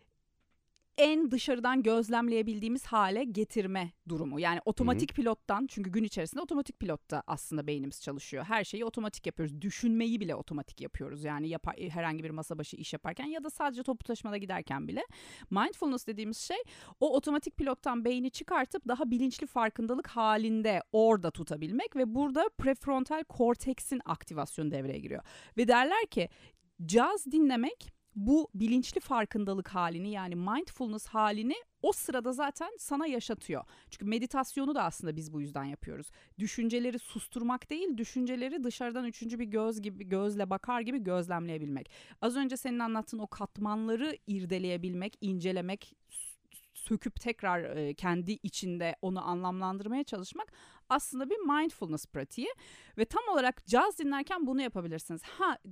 en dışarıdan gözlemleyebildiğimiz hale getirme durumu. Yani otomatik pilottan, çünkü gün içerisinde otomatik pilotta aslında beynimiz çalışıyor. Her şeyi otomatik yapıyoruz. Düşünmeyi bile otomatik yapıyoruz. Yani herhangi bir masa başı iş yaparken ya da sadece toplu taşımada giderken bile. Mindfulness dediğimiz şey, o otomatik pilottan beyni çıkartıp daha bilinçli farkındalık halinde orada tutabilmek ve burada prefrontal korteksin aktivasyonu devreye giriyor. Ve derler ki caz dinlemek bu bilinçli farkındalık halini, yani mindfulness halini o sırada zaten sana yaşatıyor. Çünkü meditasyonu da aslında biz bu yüzden yapıyoruz. Düşünceleri susturmak değil, düşünceleri dışarıdan üçüncü bir gözle bakar gibi gözlemleyebilmek. Az önce senin anlattığın o katmanları irdeleyebilmek, incelemek, söküp tekrar kendi içinde onu anlamlandırmaya çalışmak aslında bir mindfulness pratiği ve tam olarak caz dinlerken bunu yapabilirsiniz.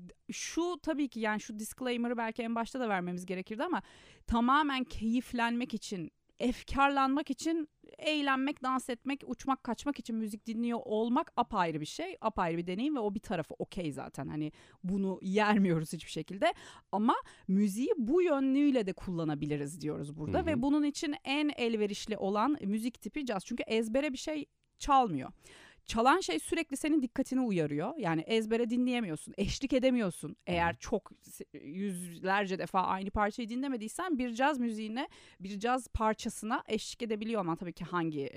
Şu tabii ki, yani şu disclaimer'ı belki en başta da vermemiz gerekirdi ama tamamen keyiflenmek için, efkarlanmak için, eğlenmek, dans etmek, uçmak, kaçmak için müzik dinliyor olmak apayrı bir şey, apayrı bir deneyim ve o bir tarafı okey zaten. Hani bunu yermiyoruz hiçbir şekilde, ama müziği bu yönlüyle de kullanabiliriz diyoruz burada. Ve bunun için en elverişli olan müzik tipi caz. Çünkü ezbere bir şey çalmıyor. Çalan şey sürekli senin dikkatini uyarıyor. Yani ezbere dinleyemiyorsun, eşlik edemiyorsun. Eğer çok yüzlerce defa aynı parçayı dinlemediysen bir caz müziğine, bir caz parçasına eşlik edebiliyor ama tabii ki hangi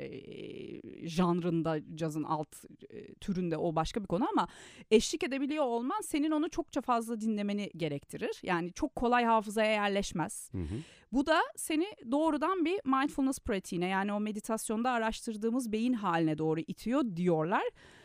janrında, cazın alt türünde, o başka bir konu, ama eşlik edebiliyor olman senin onu çokça fazla dinlemeni gerektirir. Yani çok kolay hafızaya yerleşmez. Bu da seni doğrudan bir mindfulness pratiğine, yani o meditasyonda araştırdığımız beyin haline doğru itiyor diyorlar.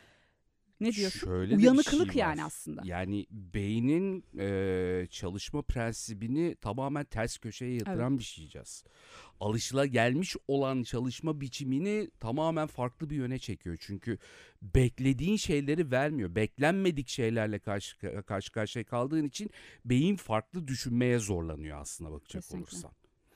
Ne diyorsun? Şöyle uyanıklık şey yani aslında. Yani beynin çalışma prensibini tamamen ters köşeye yatıran bir şey caz. Alışılagelmiş olan çalışma biçimini tamamen farklı bir yöne çekiyor. Çünkü beklediğin şeyleri vermiyor. Beklenmedik şeylerle karşı karşıya kaldığın için beyin farklı düşünmeye zorlanıyor aslına bakacak olursan.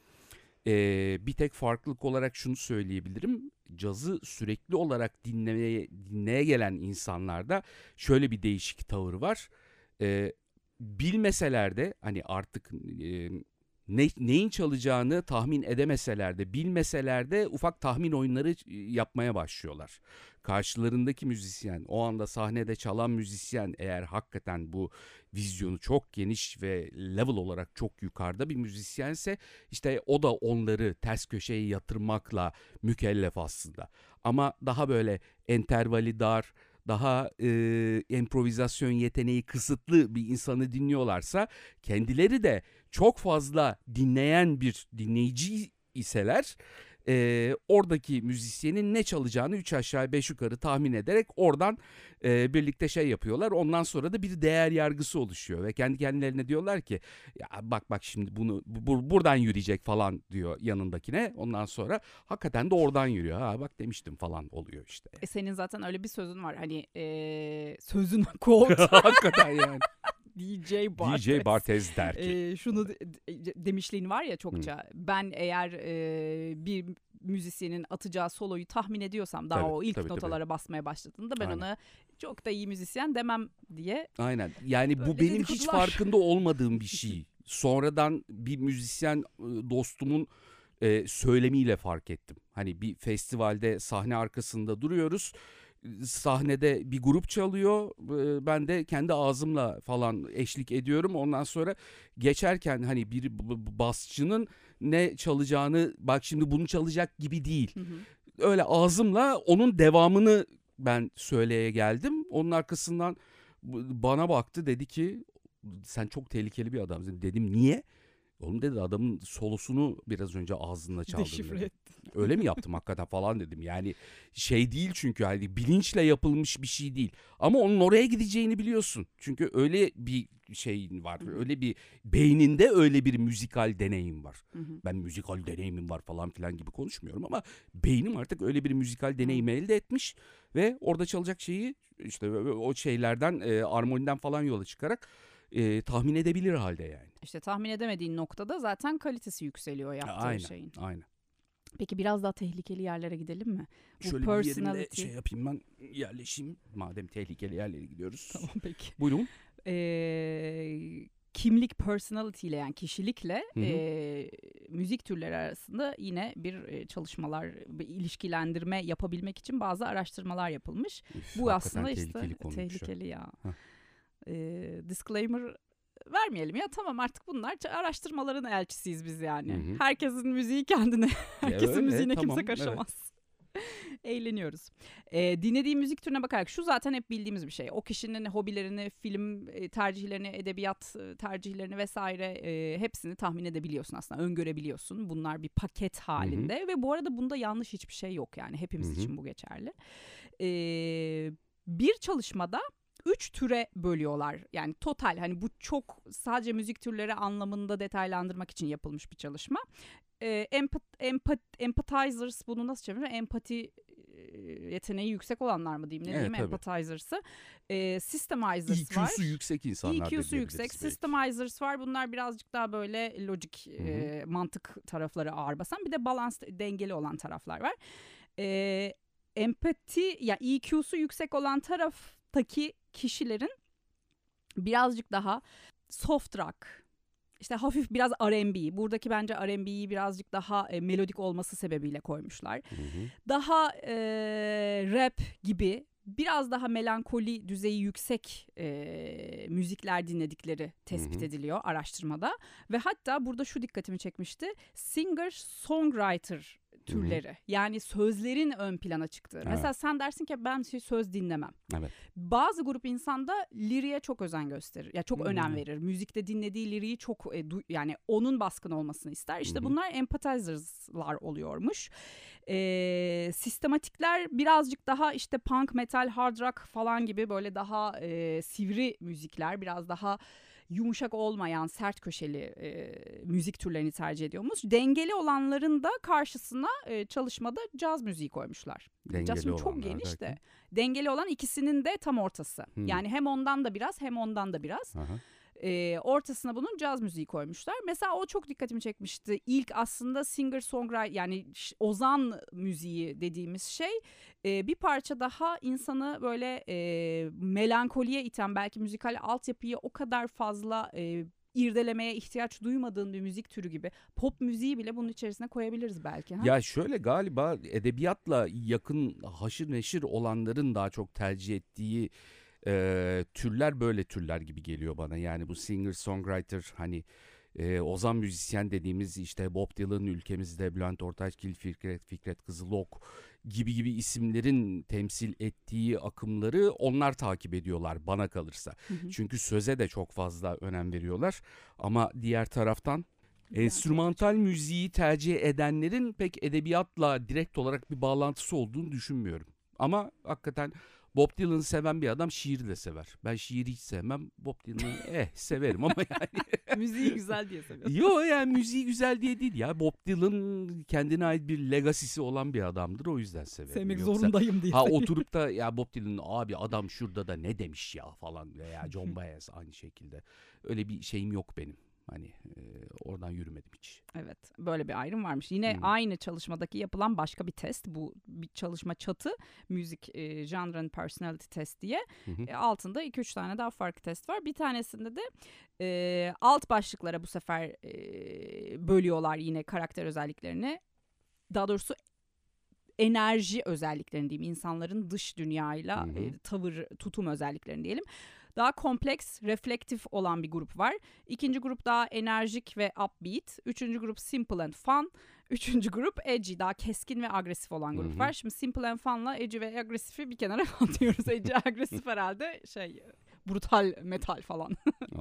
Bir tek farklılık olarak şunu söyleyebilirim. Cazı sürekli olarak dinlemeye gelen insanlarda şöyle bir değişik tavır var. Bilmeseler de hani artık neyin çalacağını tahmin edemeseler de bilmeseler de ufak tahmin oyunları yapmaya başlıyorlar. Karşılarındaki müzisyen, o anda sahnede çalan müzisyen eğer hakikaten bu vizyonu çok geniş ve level olarak çok yukarıda bir müzisyense işte o da onları ters köşeye yatırmakla mükellef aslında. Ama daha böyle entervali dar, daha improvizasyon yeteneği kısıtlı bir insanı dinliyorlarsa kendileri de çok fazla dinleyen bir dinleyici iseler oradaki müzisyenin ne çalacağını 3 aşağı 5 yukarı tahmin ederek oradan birlikte şey yapıyorlar. Ondan sonra da bir değer yargısı oluşuyor ve kendi kendilerine diyorlar ki ya bak şimdi bunu buradan yürüyecek falan diyor yanındakine. Ondan sonra hakikaten de oradan yürüyor. Ha bak demiştim falan oluyor işte. Senin zaten öyle bir sözün var. Hani sözün quote. Hakikaten yani. DJ Barthez. DJ Barthez der ki. Şunu demişliğin var ya çokça. Ben eğer bir müzisyenin atacağı soloyu tahmin ediyorsam daha o ilk notalara basmaya başladığında ben ona çok da iyi müzisyen demem diye. Aynen. Yani bu benim hiç farkında olmadığım bir şey. Sonradan bir müzisyen dostumun söylemiyle fark ettim. Hani bir festivalde sahne arkasında duruyoruz. Sahnede bir grup çalıyor. Ben de kendi ağzımla falan eşlik ediyorum. Ondan sonra geçerken hani bir basçının ne çalacağını bak şimdi bunu çalacak gibi değil. Hı hı. Öyle ağzımla onun devamını ben söyleye geldim. Onun arkasından bana baktı, dedi ki sen çok tehlikeli bir adamsın. Dedim niye? Oğlum dedi adamın solosunu biraz önce ağzınla çaldın. Deşifre ettin. Öyle mi yaptım hakikaten falan dedim. Yani şey değil çünkü hani bilinçle yapılmış bir şey değil. Ama onun oraya gideceğini biliyorsun. Çünkü öyle bir şeyin var. Hı-hı. Öyle bir beyninde öyle bir müzikal deneyim var. Hı-hı. Ben müzikal deneyimim var falan filan gibi konuşmuyorum ama beynim artık öyle bir müzikal deneyimi elde etmiş ve orada çalacak şeyi işte o şeylerden armoniden falan yola çıkarak tahmin edebilir halde yani. İşte tahmin edemediğin noktada zaten kalitesi yükseliyor yaptığı şeyin. Aynen. Peki biraz daha tehlikeli yerlere gidelim mi? Şöyle bir yerimde şey yapayım ben, yerleşeyim. Madem tehlikeli yerlere gidiyoruz. Tamam peki. Buyurun. Kimlik, personality ile yani kişilikle müzik türleri arasında yine bir çalışmalar, bir ilişkilendirme yapabilmek için bazı araştırmalar yapılmış. Bu aslında işte tehlikeli ya. Disclaimer vermeyelim ya, tamam artık bunlar araştırmaların elçisiyiz biz yani. Hı-hı. Herkesin müziği kendine, herkesin müziğine tamam, kimse karışamaz. Evet. Eğleniyoruz. Dinlediğim müzik türüne bakarak şu zaten hep bildiğimiz bir şey. O kişinin hobilerini, film tercihlerini, edebiyat tercihlerini vesaire hepsini tahmin edebiliyorsun aslında. Öngörebiliyorsun. Bunlar bir paket halinde. Hı-hı. Ve bu arada bunda yanlış hiçbir şey yok yani. Hepimiz Hı-hı. için bu geçerli. Bir çalışmada 3 türe bölüyorlar. Yani total hani bu çok sadece müzik türleri anlamında detaylandırmak için yapılmış bir çalışma. Empathizers, bunu nasıl çeviriyor? Empati yeteneği yüksek olanlar mı diyeyim? Ne diyeyim? Empathizers'ı. Systemizers var. EQ'su yüksek insanlar. EQ'su yüksek. Systemizers var. Bunlar birazcık daha böyle logic, mantık tarafları ağır basan. Bir de balance, dengeli olan taraflar var. Empati, ya EQ'su yüksek olan taraftaki kişilerin birazcık daha soft rock, işte hafif biraz R&B. Buradaki bence R&B'yi birazcık daha melodik olması sebebiyle koymuşlar. Hı hı. Daha rap gibi biraz daha melankoli düzeyi yüksek müzikler dinledikleri tespit ediliyor araştırmada. Ve hatta burada şu dikkatimi çekmişti. Singer-songwriter türleri. Hı-hı. Yani sözlerin ön plana çıktığı. Evet. Mesela sen dersin ki ben söz dinlemem. Evet. Bazı grup insan da liriğe çok özen gösterir. Ya çok önem verir. Müzikte dinlediği liriği çok yani onun baskın olmasını ister. İşte bunlar empathizers'lar oluyormuş. Sistematikler birazcık daha işte punk, metal, hard rock falan gibi böyle daha sivri müzikler, biraz daha yumuşak olmayan sert köşeli müzik türlerini tercih ediyormuş. Dengeli olanların da karşısına çalışmada caz müziği koymuşlar. Caz çok geniş de. Dengeli olan ikisinin de tam ortası. Yani hem ondan da biraz hem ondan da biraz. Ortasına bunun caz müziği koymuşlar. Mesela o çok dikkatimi çekmişti. İlk aslında singer-songwriter yani ozan müziği dediğimiz şey bir parça daha insanı böyle melankoliye iten, belki müzikal altyapıyı o kadar fazla irdelemeye ihtiyaç duymadığın bir müzik türü gibi. Pop müziği bile bunun içerisine koyabiliriz belki. Ha? Ya şöyle galiba edebiyatla yakın haşır neşir olanların daha çok tercih ettiği türler böyle türler gibi geliyor bana. Yani bu singer songwriter hani ozan müzisyen dediğimiz işte Bob Dylan ülkemizde, Bülent Ortaçgil, Fikret Kızılok gibi isimlerin temsil ettiği akımları onlar takip ediyorlar bana kalırsa. Çünkü söze de çok fazla önem veriyorlar ama diğer taraftan enstrümantal müziği tercih edenlerin pek edebiyatla direkt olarak bir bağlantısı olduğunu düşünmüyorum. Ama hakikaten Bob Dylan'ı seven bir adam şiiri de sever. Ben şiiri hiç sevmem. Bob Dylan'ı severim ama yani. Müziği güzel diye seviyorsun. Yo yani müziği güzel diye değil ya. Bob Dylan kendine ait bir legacy'si olan bir adamdır. O yüzden severim. Sevmek Yoksa, zorundayım diye. oturup da ya Bob Dylan abi adam şurada da ne demiş ya falan veya John Baez aynı şekilde. Öyle bir şeyim yok benim. Hani oradan yürümedim hiç. Evet, böyle bir ayrım varmış. Yine aynı çalışmadaki yapılan başka bir test. Bu bir çalışma çatı, müzik genre and personality test diye. Altında 2-3 tane daha farklı test var. Bir tanesinde de alt başlıklara bu sefer bölüyorlar yine karakter özelliklerini. Daha doğrusu enerji özelliklerini diyeyim. İnsanların dış dünyayla tavır, tutum özelliklerini diyelim. Daha kompleks, reflektif olan bir grup var. İkinci grup daha enerjik ve upbeat. Üçüncü grup simple and fun. Üçüncü grup edgy, daha keskin ve agresif olan grup var. Şimdi simple and fun'la edgy ve agresifi bir kenara atıyoruz. Edgy, agresif herhalde brutal metal falan.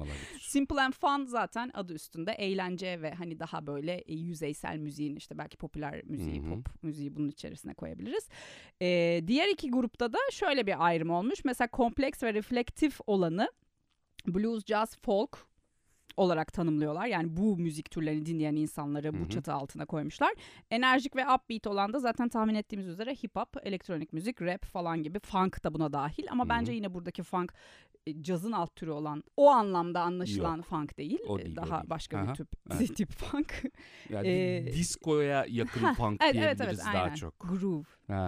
Simple and fun zaten adı üstünde eğlence ve hani daha böyle yüzeysel müziğin işte belki popüler müziği, pop müziği bunun içerisine koyabiliriz. Diğer iki grupta da şöyle bir ayrım olmuş. Mesela kompleks ve reflektif olanı blues, jazz, folk olarak tanımlıyorlar. Yani bu müzik türlerini dinleyen insanları bu çatı altına koymuşlar. Enerjik ve upbeat olan da zaten tahmin ettiğimiz üzere hip hop, elektronik müzik, rap falan gibi, funk da buna dahil. Ama bence yine buradaki funk cazın alt türü olan, o anlamda anlaşılan funk değil. O değil, daha o değil. başka bir tip funk. Yani diskoya yakın funk diyebiliriz daha aynen. çok. Groove.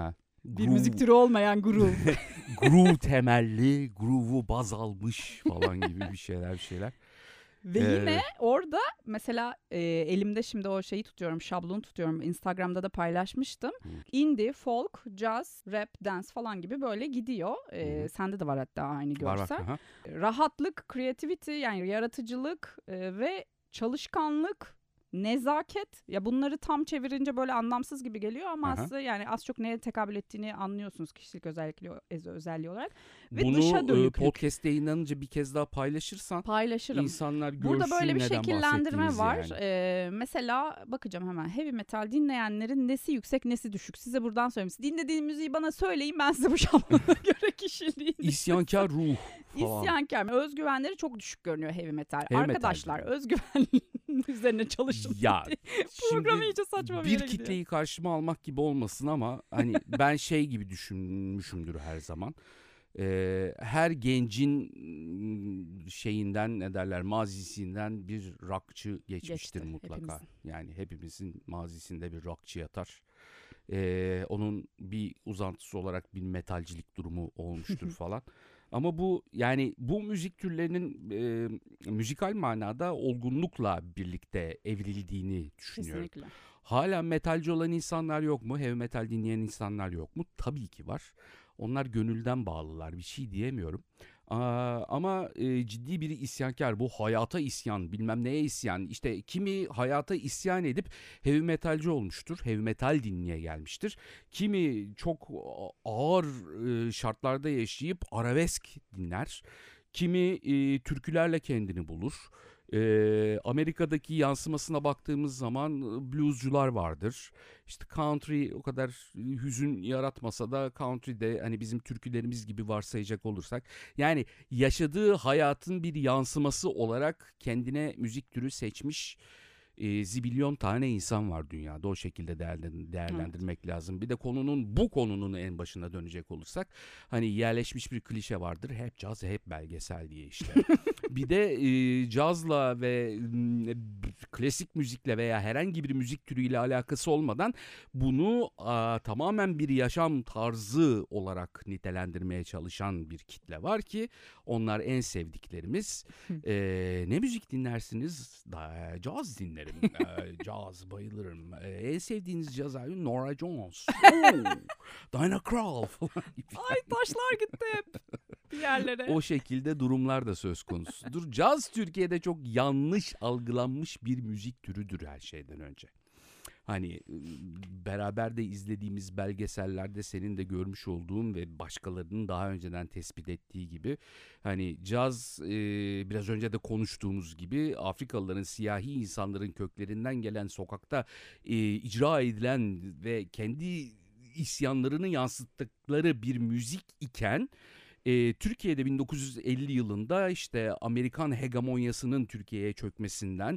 Bir Groove. müzik türü olmayan groove. Groove temelli, groove'u baz almış falan gibi bir şeyler. Ve yine orada mesela elimde şimdi o şeyi tutuyorum, şablonu tutuyorum. Instagram'da da paylaşmıştım. Indie, folk, jazz, rap, dance falan gibi böyle gidiyor. Sende de var hatta aynı görsel. Var. Rahatlık, creativity yani yaratıcılık ve çalışkanlık, nezaket, ya bunları tam çevirince böyle anlamsız gibi geliyor ama aslında yani az çok neye tekabül ettiğini anlıyorsunuz kişilik özelliği olarak. Ve bunu dışa dönüklük. podcast yayınlanınca bir kez daha paylaşırsan paylaşırım. İnsanlar görsün burada böyle bir neden şekillendirme var. Yani. Mesela bakacağım hemen, heavy metal dinleyenlerin nesi yüksek nesi düşük. Size buradan söyleyeyim. Dinlediğiniz müziği bana söyleyin, ben size bu şablona göre kişiliğini. İsyankar ruh falan. İsyankar. Özgüvenleri çok düşük görünüyor heavy metal. Heavy Arkadaşlar metal. Özgüven üzerine çalışın. Ya Programı iyice saçma bir yere kitleyi gidiyor. karşıma almak gibi olmasın ama hani ben şey gibi düşünmüşümdür her zaman. Her gencin şeyinden ne derler, mazisinden bir rockçı geçmiştir mutlaka. Hepimizin. Yani hepimizin mazisinde bir rockçı yatar. Onun bir uzantısı olarak bir metalcilik durumu olmuştur falan. Ama bu yani bu müzik türlerinin müzikal manada olgunlukla birlikte evrildiğini düşünüyorum. Kesinlikle. Hala metalci olan insanlar yok mu? Heavy metal dinleyen insanlar yok mu? Tabii ki var. Onlar gönülden bağlılar. Bir şey diyemiyorum. Ama ciddi bir isyankar. Bu hayata isyan, bilmem neye isyan. İşte kimi hayata isyan edip heavy metalci olmuştur. Heavy metal dinleye gelmiştir. Kimi çok ağır şartlarda yaşayıp arabesk dinler. Kimi türkülerle kendini bulur. Amerika'daki yansımasına baktığımız zaman bluescular vardır. İşte country o kadar hüzün yaratmasa da country de hani bizim türkülerimiz gibi varsayacak olursak, yani yaşadığı hayatın bir yansıması olarak kendine müzik türü seçmiş zibilyon tane insan var dünyada. O şekilde değerlendirmek lazım. Bir de bu konunun en başına dönecek olursak, hani yerleşmiş bir klişe vardır. Hep caz, hep belgesel diye işte. Bir de cazla ve klasik müzikle veya herhangi bir müzik türüyle alakası olmadan bunu tamamen bir yaşam tarzı olarak nitelendirmeye çalışan bir kitle var ki onlar en sevdiklerimiz. Ne müzik dinlersiniz? Caz dinlerim. Caz bayılırım. En sevdiğiniz caz albümü Norah Jones. Diana Krall falan gibi. Ay taşlar gitti hep bir yerlere. O şekilde durumlar da söz konusudur. Caz Türkiye'de çok yanlış algılanmış bir müzik türüdür her şeyden önce. Hani beraber de izlediğimiz belgesellerde senin de görmüş olduğun ve başkalarının daha önceden tespit ettiği gibi hani caz biraz önce de konuştuğumuz gibi Afrikalıların, siyahi insanların köklerinden gelen sokakta icra edilen ve kendi isyanlarını yansıttıkları bir müzik iken Türkiye'de 1950 yılında işte Amerikan hegemonyasının Türkiye'ye çökmesinden,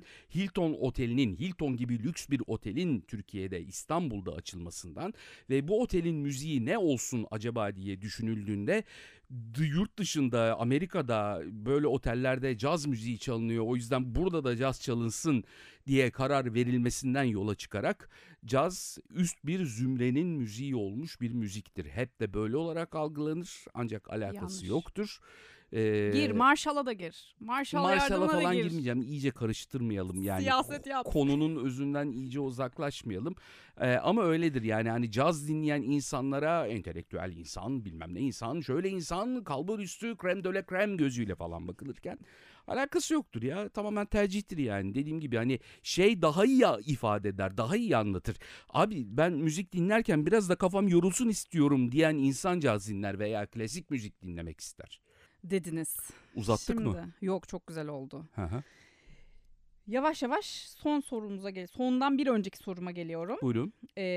Hilton gibi lüks bir otelin Türkiye'de, İstanbul'da açılmasından ve bu otelin müziği ne olsun acaba diye düşünüldüğünde yurt dışında, Amerika'da böyle otellerde caz müziği çalınıyor, o yüzden burada da caz çalınsın diye karar verilmesinden yola çıkarak caz üst bir zümrenin müziği olmuş bir müziktir. Hep de böyle olarak algılanır ancak alakası yoktur. Gir Marshall'a da gir. Marshall'a falan girmeyeceğim. İyice karıştırmayalım yani. Siyaset yap. Konunun özünden iyice uzaklaşmayalım. Ama öyledir yani hani caz dinleyen insanlara entelektüel insan, bilmem ne insan, şöyle insan, kalbur üstü krem de la krem gözüyle falan bakılırken alakası yoktur ya. Tamamen tercihtir yani. Dediğim gibi hani şey daha iyi ifade eder, daha iyi anlatır. Abi ben müzik dinlerken biraz da kafam yorulsun istiyorum diyen insan caz dinler veya klasik müzik dinlemek ister. Dediniz. Uzattık Şimdi, mı? Yok, çok güzel oldu. Hı. Yavaş yavaş son sorumuza sondan bir önceki soruma geliyorum. Buyurun.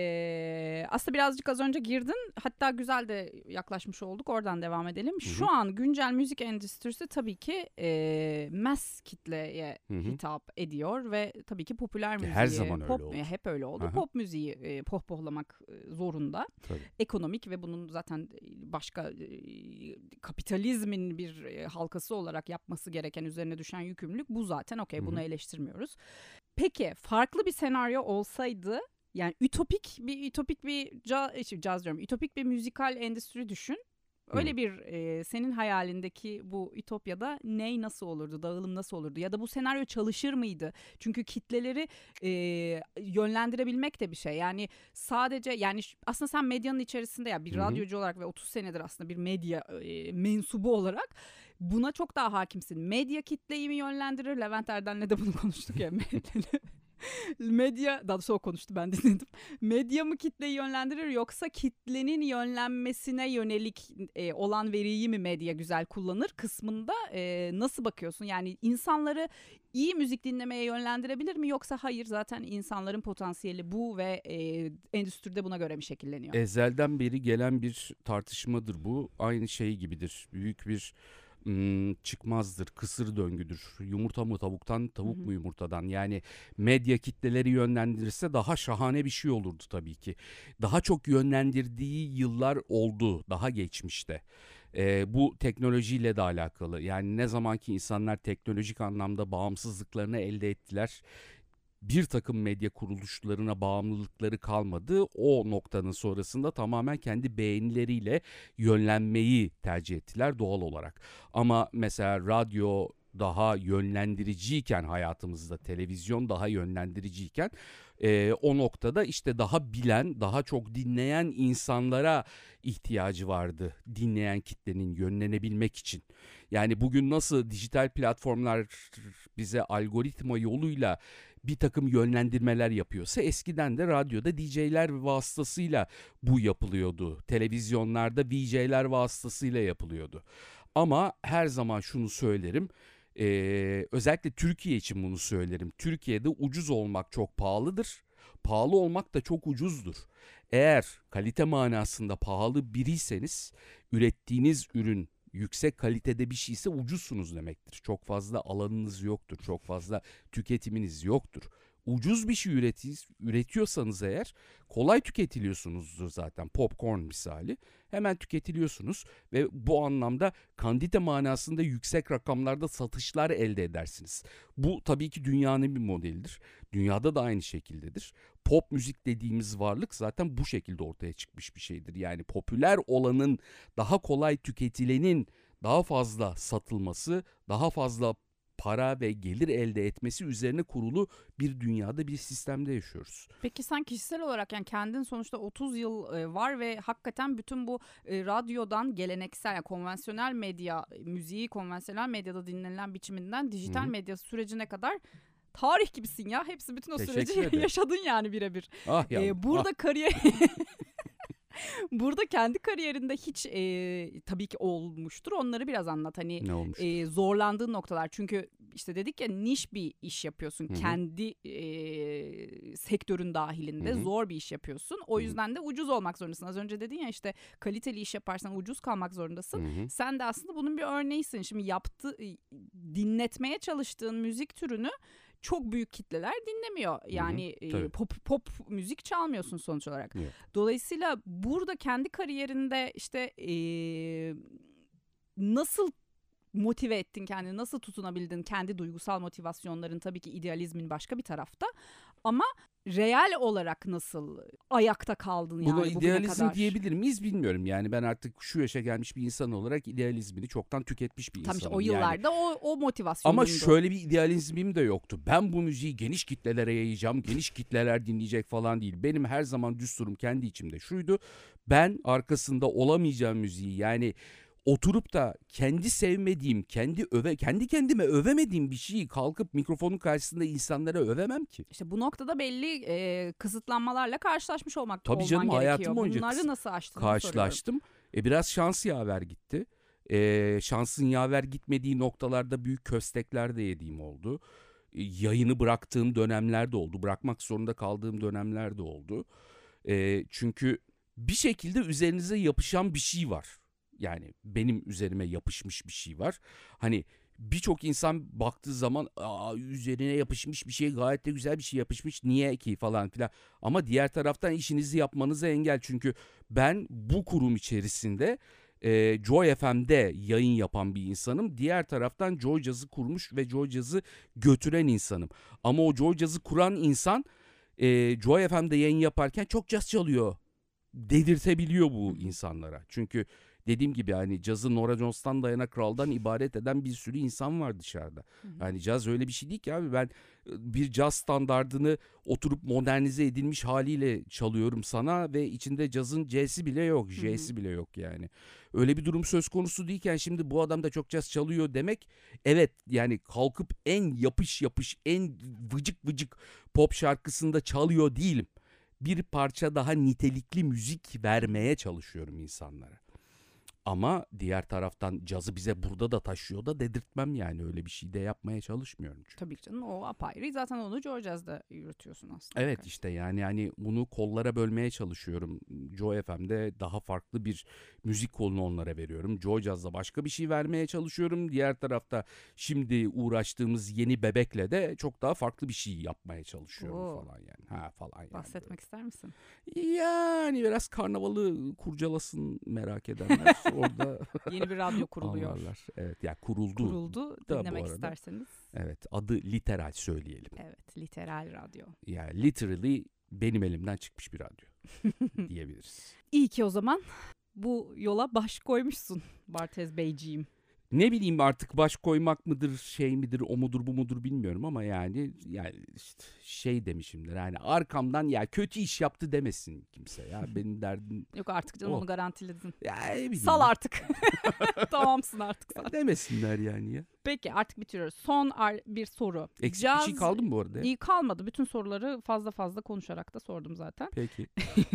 Aslında birazcık az önce girdin. Hatta güzel de yaklaşmış olduk. Oradan devam edelim. Hı-hı. Şu an güncel müzik endüstrisi tabii ki mass kitleye hitap ediyor ve tabii ki popüler müziği. Her zaman öyle oldu. Hep öyle oldu. Aha. Pop müziği pohpohlamak zorunda. Tabii. Ekonomik ve bunun zaten başka kapitalizmin bir halkası olarak yapması gereken, üzerine düşen yükümlülük bu zaten. Okey, bunu eleştirmiyoruz. Peki farklı bir senaryo olsaydı, yani ütopik bir caz diyorum, ütopik bir müzikal endüstri düşün. Öyle bir senin hayalindeki bu ütopyada nasıl olurdu, dağılım nasıl olurdu ya da bu senaryo çalışır mıydı? Çünkü kitleleri yönlendirebilmek de bir şey. Yani sadece yani aslında sen medyanın içerisinde ya bir radyocu olarak ve 30 senedir aslında bir medya mensubu olarak buna çok daha hakimsin. Medya kitleyi mi yönlendirir? Levent Erden'le de bunu konuştuk ya. Medya, daha doğrusu o konuştu, ben dinledim. Medya mı kitleyi yönlendirir yoksa kitlenin yönlenmesine yönelik olan veriyi mi medya güzel kullanır kısmında nasıl bakıyorsun? Yani insanları iyi müzik dinlemeye yönlendirebilir mi yoksa hayır zaten insanların potansiyeli bu ve endüstride buna göre mi şekilleniyor? Ezelden beri gelen bir tartışmadır bu. Aynı şey gibidir. Büyük bir çıkmazdır, kısır döngüdür. Yumurta mı tavuktan, tavuk mu yumurtadan? Yani medya kitleleri yönlendirirse daha şahane bir şey olurdu tabii ki. Daha çok yönlendirdiği yıllar oldu, daha geçmişte. Bu teknolojiyle de alakalı. Yani ne zamanki insanlar teknolojik anlamda bağımsızlıklarını elde ettiler, bir takım medya kuruluşlarına bağımlılıkları kalmadı. O noktanın sonrasında tamamen kendi beğenileriyle yönlenmeyi tercih ettiler doğal olarak. Ama mesela radyo daha yönlendiriciyken hayatımızda, televizyon daha yönlendiriciyken o noktada işte daha bilen, daha çok dinleyen insanlara ihtiyacı vardı dinleyen kitlenin yönlenebilmek için. Yani bugün nasıl dijital platformlar bize algoritma yoluyla bir takım yönlendirmeler yapıyorsa eskiden de radyoda DJ'ler vasıtasıyla bu yapılıyordu. Televizyonlarda VJ'ler vasıtasıyla yapılıyordu. Ama her zaman şunu söylerim. Özellikle Türkiye için bunu söylerim. Türkiye'de ucuz olmak çok pahalıdır. Pahalı olmak da çok ucuzdur. Eğer kalite manasında pahalı biriyseniz ürettiğiniz ürün yüksek kalitede bir şeyse ucuzsunuz demektir. Çok fazla alanınız yoktur. Çok fazla tüketiminiz yoktur. ucuz bir şey üretiyorsanız eğer kolay tüketiliyorsunuzdur zaten. Popcorn misali. Hemen tüketiliyorsunuz ve bu anlamda kandite manasında yüksek rakamlarda satışlar elde edersiniz. Bu tabii ki dünyanın bir modelidir. Dünyada da aynı şekildedir. Pop müzik dediğimiz varlık zaten bu şekilde ortaya çıkmış bir şeydir. Yani popüler olanın, daha kolay tüketilenin daha fazla satılması, daha fazla para ve gelir elde etmesi üzerine kurulu bir dünyada, bir sistemde yaşıyoruz. Peki sen kişisel olarak, yani kendin sonuçta 30 yıl var ve hakikaten bütün bu radyodan geleneksel, yani konvansiyonel medya, müziği konvansiyonel medyada dinlenilen biçiminden dijital medya sürecine kadar tarih gibisin ya. Hepsi, bütün o süreci yaşadın yani birebir. Ah ya. Burada kariyer burada kendi kariyerinde hiç tabii ki olmuştur. Onları biraz anlat. Hani zorlandığın noktalar. Çünkü işte dedik ya, niş bir iş yapıyorsun. Hı-hı. Kendi sektörün dahilinde Hı-hı. zor bir iş yapıyorsun. O yüzden de ucuz olmak zorundasın. Az önce dedin ya, işte kaliteli iş yaparsan ucuz kalmak zorundasın. Hı-hı. Sen de aslında bunun bir örneğisin. Şimdi dinletmeye çalıştığın müzik türünü çok büyük kitleler dinlemiyor. Yani pop müzik çalmıyorsun sonuç olarak. Evet. Dolayısıyla burada kendi kariyerinde işte nasıl motive ettin kendini, nasıl tutunabildin? Kendi duygusal motivasyonların, tabii ki idealizmin başka bir tarafta. Ama real olarak nasıl ayakta kaldın yani bugüne kadar? Buna idealizm diyebilir miyiz bilmiyorum. Yani ben artık şu yaşa gelmiş bir insan olarak idealizmini çoktan tüketmiş bir insanım. Tabii o yıllarda yani. o motivasyonumdu. Ama şöyle bir idealizmim de yoktu. Ben bu müziği geniş kitlelere yayacağım, geniş kitleler dinleyecek falan değil. Benim her zaman düsturum kendi içimde şuydu: ben arkasında olamayacağım müziği, yani oturup da kendi sevmediğim, kendi kendime övemediğim bir şeyi kalkıp mikrofonun karşısında insanlara övemem ki. İşte bu noktada belli kısıtlanmalarla karşılaşmış olman tabii canım, gerekiyor. Hayatım boyunca bunları nasıl aştın? Karşılaştım. Biraz şans yaver gitti. Şansın yaver gitmediği noktalarda büyük köstekler de yediğim oldu. Yayını bıraktığım dönemler de oldu. Bırakmak zorunda kaldığım dönemler de oldu. Çünkü bir şekilde üzerinize yapışan bir şey var. Yani benim üzerime yapışmış bir şey var. Hani birçok insan baktığı zaman üzerine yapışmış bir şey, gayet de güzel bir şey yapışmış, niye ki falan filan. Ama diğer taraftan işinizi yapmanıza engel. Çünkü ben bu kurum içerisinde Joy FM'de yayın yapan bir insanım. Diğer taraftan Joy Jazz'ı kurmuş ve Joy Jazz'ı götüren insanım. Ama o Joy Jazz'ı kuran insan Joy FM'de yayın yaparken çok caz çalıyor dedirtebiliyor bu insanlara. Çünkü dediğim gibi hani cazı Nora Jones'tan Diana Krall'dan ibaret eden bir sürü insan var dışarıda. Yani caz öyle bir şey değil ki abi. Ben bir caz standardını oturup modernize edilmiş haliyle çalıyorum sana ve içinde cazın C'si bile yok, J'si bile yok yani. Öyle bir durum söz konusu değilken şimdi bu adam da çok caz çalıyor demek, evet yani kalkıp en yapış en vıcık pop şarkısında çalıyor değilim. Bir parça daha nitelikli müzik vermeye çalışıyorum insanlara. Ama diğer taraftan cazı bize burada da taşıyor da dedirtmem yani, öyle bir şey de yapmaya çalışmıyorum çünkü. Tabii ki canım, o apayrı. Zaten onu Joy Jazz'da yürütüyorsun aslında. Evet işte yani hani bunu kollara bölmeye çalışıyorum. Joy FM'de daha farklı bir müzik kolunu onlara veriyorum. Joy Jazz'da başka bir şey vermeye çalışıyorum. Diğer tarafta şimdi uğraştığımız yeni bebekle de çok daha farklı bir şey yapmaya çalışıyorum falan yani. Falan yani. Bahsetmek ister misin? Yani biraz karnavalı kurcalasın merak edenler. Orada yeni bir radyo kuruluyor. Anlarlar. Evet ya, kuruldu. Kuruldu. Dinlemek isterseniz. Evet, adı Literal söyleyelim. Evet, Literal Radyo. Yani literally benim elimden çıkmış bir radyo diyebiliriz. İyi ki o zaman bu yola baş koymuşsun Bartez Beyciğim. Ne bileyim artık baş koymak mıdır, şey midir, o mudur, bu mudur bilmiyorum ama yani işte şey demişimdir. Yani arkamdan ya kötü iş yaptı demesin kimse ya, benim derdim. Yok artık canım, onu garantiledin. Ya sal artık. Tamamsın artık sen. Demesinler yani ya. Peki artık bitiriyoruz. Son bir soru. Eksik bir şey kaldı mı bu arada? İyi kalmadı. Bütün soruları fazla konuşarak da sordum zaten. Peki.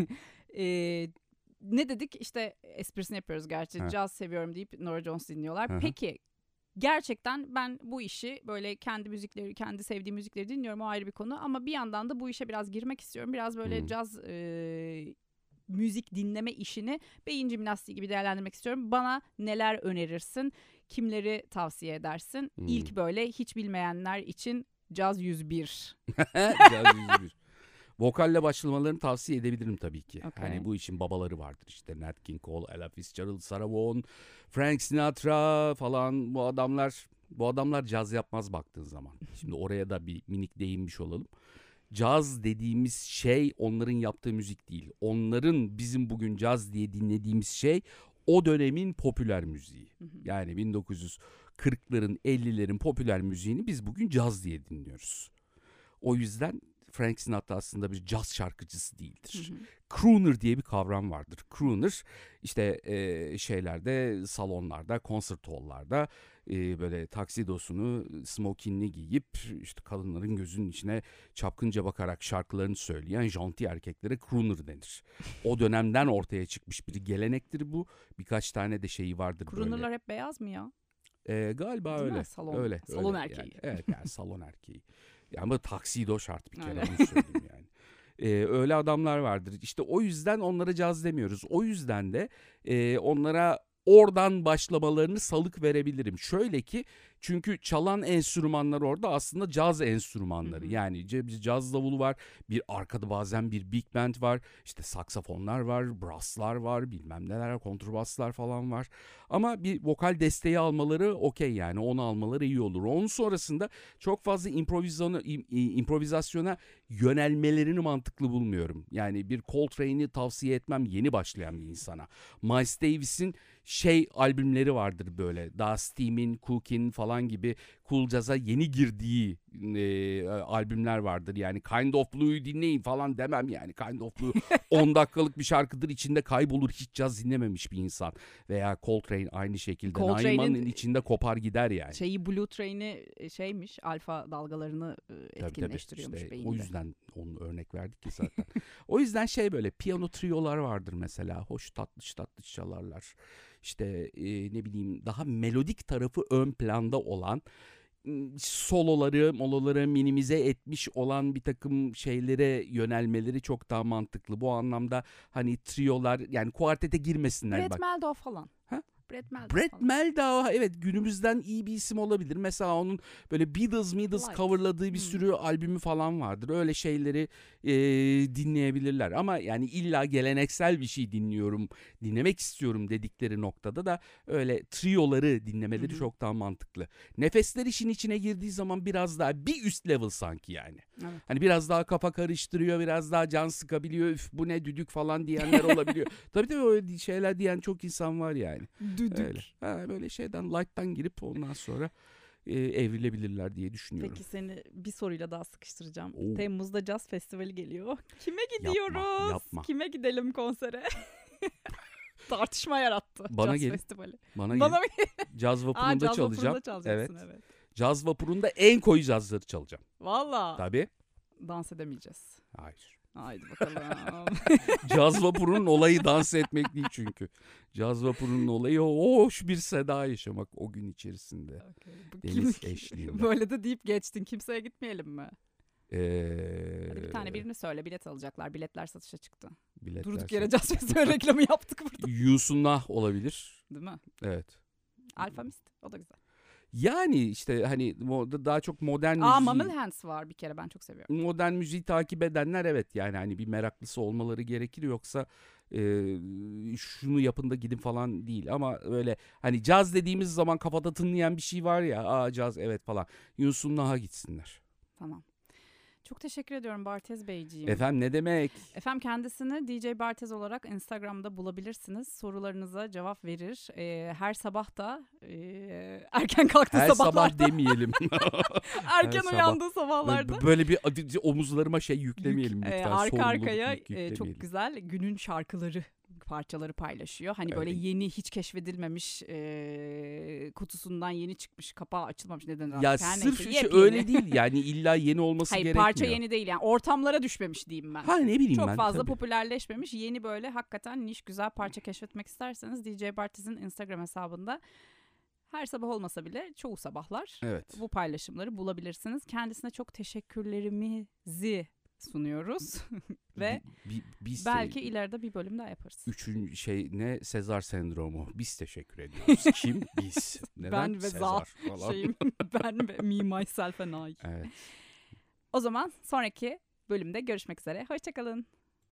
Ne dedik? İşte esprisini yapıyoruz gerçi. Caz seviyorum deyip Nora Jones dinliyorlar. Peki gerçekten ben bu işi böyle kendi sevdiğim müzikleri dinliyorum, o ayrı bir konu. Ama bir yandan da bu işe biraz girmek istiyorum. Biraz böyle caz müzik dinleme işini beyin jimnastiği gibi değerlendirmek istiyorum. Bana neler önerirsin? Kimleri tavsiye edersin? İlk böyle hiç bilmeyenler için Caz 101. Caz 101. Vokalle başlamalarını tavsiye edebilirim tabii ki. Okay. Hani bu işin babaları vardır işte. Nat King Cole, Ella Fitzgerald, Sarah Vaughan, Frank Sinatra falan bu adamlar caz yapmaz baktığın zaman. Şimdi oraya da bir minik değinmiş olalım. Caz dediğimiz şey onların yaptığı müzik değil. Onların bizim bugün caz diye dinlediğimiz şey o dönemin popüler müziği. Yani 1940'ların 50'lerin popüler müziğini biz bugün caz diye dinliyoruz. O yüzden Frank Sinatra aslında bir caz şarkıcısı değildir. Crooner diye bir kavram vardır. Crooner işte şeylerde, salonlarda, concert hall'larda böyle taksidosunu, smokinini giyip işte kadınların gözünün içine çapkınca bakarak şarkılarını söyleyen janti erkeklere crooner denir. O dönemden ortaya çıkmış bir gelenektir bu. Birkaç tane de şeyi vardır böyle. Crooner'lar hep beyaz mı ya? Galiba Değil öyle. mi? Salon, öyle. salon erkeği. Yani. Evet yani salon erkeği. Ama taksido şart bir kere, Öyle. onu söyleyeyim yani. Öyle adamlar vardır. İşte o yüzden onlara caz demiyoruz. O yüzden de onlara oradan başlamalarını salık verebilirim. Şöyle ki, çünkü çalan enstrümanlar orada aslında caz enstrümanları. Yani caz davulu var, bir arkada bazen bir big band var, işte saksafonlar var, brasslar var, bilmem neler, kontrbaslar falan var. Ama bir vokal desteği almaları okey, yani onu almaları iyi olur. Onun sonrasında çok fazla improvizasyona yönelmelerini mantıklı bulmuyorum. Yani bir Coltrane'i tavsiye etmem yeni başlayan bir insana. Miles Davis'in albümleri vardır böyle. Dusty Steam'in, Cook'in falan gibi cool jazz'a yeni girdiği albümler vardır. Yani Kind of Blue'yu dinleyin falan demem yani. Kind of Blue 10 dakikalık bir şarkıdır, içinde kaybolur, hiç caz dinlememiş bir insan. Veya Coltrane aynı şekilde. Naima'nın içinde kopar gider yani. Blue Train'i alfa dalgalarını etkinleştiriyormuş işte beyinde. o yüzden onu örnek verdik ki zaten. O yüzden böyle piyano triolar vardır mesela. Hoş tatlış çalarlar. İşte ne bileyim, daha melodik tarafı ön planda olan, moloları minimize etmiş olan bir takım şeylere yönelmeleri çok daha mantıklı. Bu anlamda hani triolar, yani kuartete girmesinler. Brett Meldau falan. Ha? Brett Meldau evet, günümüzden iyi bir isim olabilir. Mesela onun böyle Beatles Light. coverladığı bir sürü albümü falan vardır. Öyle şeyleri dinleyebilirler. Ama yani illa geleneksel bir şey dinlemek istiyorum dedikleri noktada da öyle trioları dinlemeleri çok daha mantıklı. Nefesler işin içine girdiği zaman biraz daha bir üst level sanki yani. Evet. Hani biraz daha kafa karıştırıyor, biraz daha can sıkabiliyor. Üf, bu ne düdük falan diyenler olabiliyor. Tabii öyle şeyler diyen çok insan var yani. Düdük. Öyle. Böyle şeyden, light'tan girip ondan sonra evrilebilirler diye düşünüyorum. Peki seni bir soruyla daha sıkıştıracağım. Oo. Temmuz'da Caz Festivali geliyor. Kime gidiyoruz? Yapma. Kime gidelim konsere? Tartışma yarattı Bana Caz gelin. Festivali. Bana mı? Caz Vapuru'nda Caz çalacağım. Vapuru'nda çalacaksın, evet. Caz Vapuru'nda en koyu cazları çalacağım. Valla. Tabii. Dans edemeyeceğiz. Hayır. Haydi bakalım. Caz Vapuru'nun olayı dans etmek değil çünkü. Caz Vapuru'nun olayı hoş bir seda yaşamak o gün içerisinde. Okay. Deniz eşliğinde. Böyle de deyip geçtin. Kimseye gitmeyelim mi? Hadi bir tane birini söyle. Bilet alacaklar. Biletler satışa çıktı. Biletler Durduk yere Caz Festivali reklamı yaptık burada. Yusunah olabilir. Değil mi? Evet. Alfamist. O da güzel. Yani işte hani daha çok modern Mammal Hands var bir kere, ben çok seviyorum. Modern müziği takip edenler evet, yani hani bir meraklısı olmaları gerekir, yoksa şunu yapın da gidin falan değil. Ama öyle hani caz dediğimiz zaman kafada tınlayan bir şey var ya, caz evet falan, Yusunnah'a gitsinler. Tamam. Çok teşekkür ediyorum Bartez Beyciğim. Efendim ne demek? Efendim kendisini DJ Bartez olarak Instagram'da bulabilirsiniz. Sorularınıza cevap verir. Her sabah da erken kalktığı sabahlarda. Her sabah demeyelim. Erken uyandığı sabahlarda. Böyle bir omuzlarıma yüklemeyelim lütfen. Arka arkaya çok güzel günün şarkıları, parçaları paylaşıyor. Hani böyle yeni, hiç keşfedilmemiş, kutusundan yeni çıkmış, kapağı açılmamış, neden? Ya sırf öyle değil yani, illa yeni olması gerekmiyor. Hayır, parça yeni değil yani, ortamlara düşmemiş diyeyim ben. Ne bileyim çok ben. Çok fazla tabii. popülerleşmemiş, yeni böyle hakikaten niş güzel parça keşfetmek isterseniz DJ Bartez'in Instagram hesabında her sabah olmasa bile çoğu sabahlar bu paylaşımları bulabilirsiniz. Kendisine çok teşekkürlerimizi sunuyoruz. Ve biz belki ileride bir bölüm daha yaparız. Üçüncü ne? Sezar sendromu. Biz teşekkür ediyoruz. Kim? Biz. Neden? Ben ve Sezar falan. ben ve me, myself and I. Evet. O zaman sonraki bölümde görüşmek üzere. Hoşçakalın.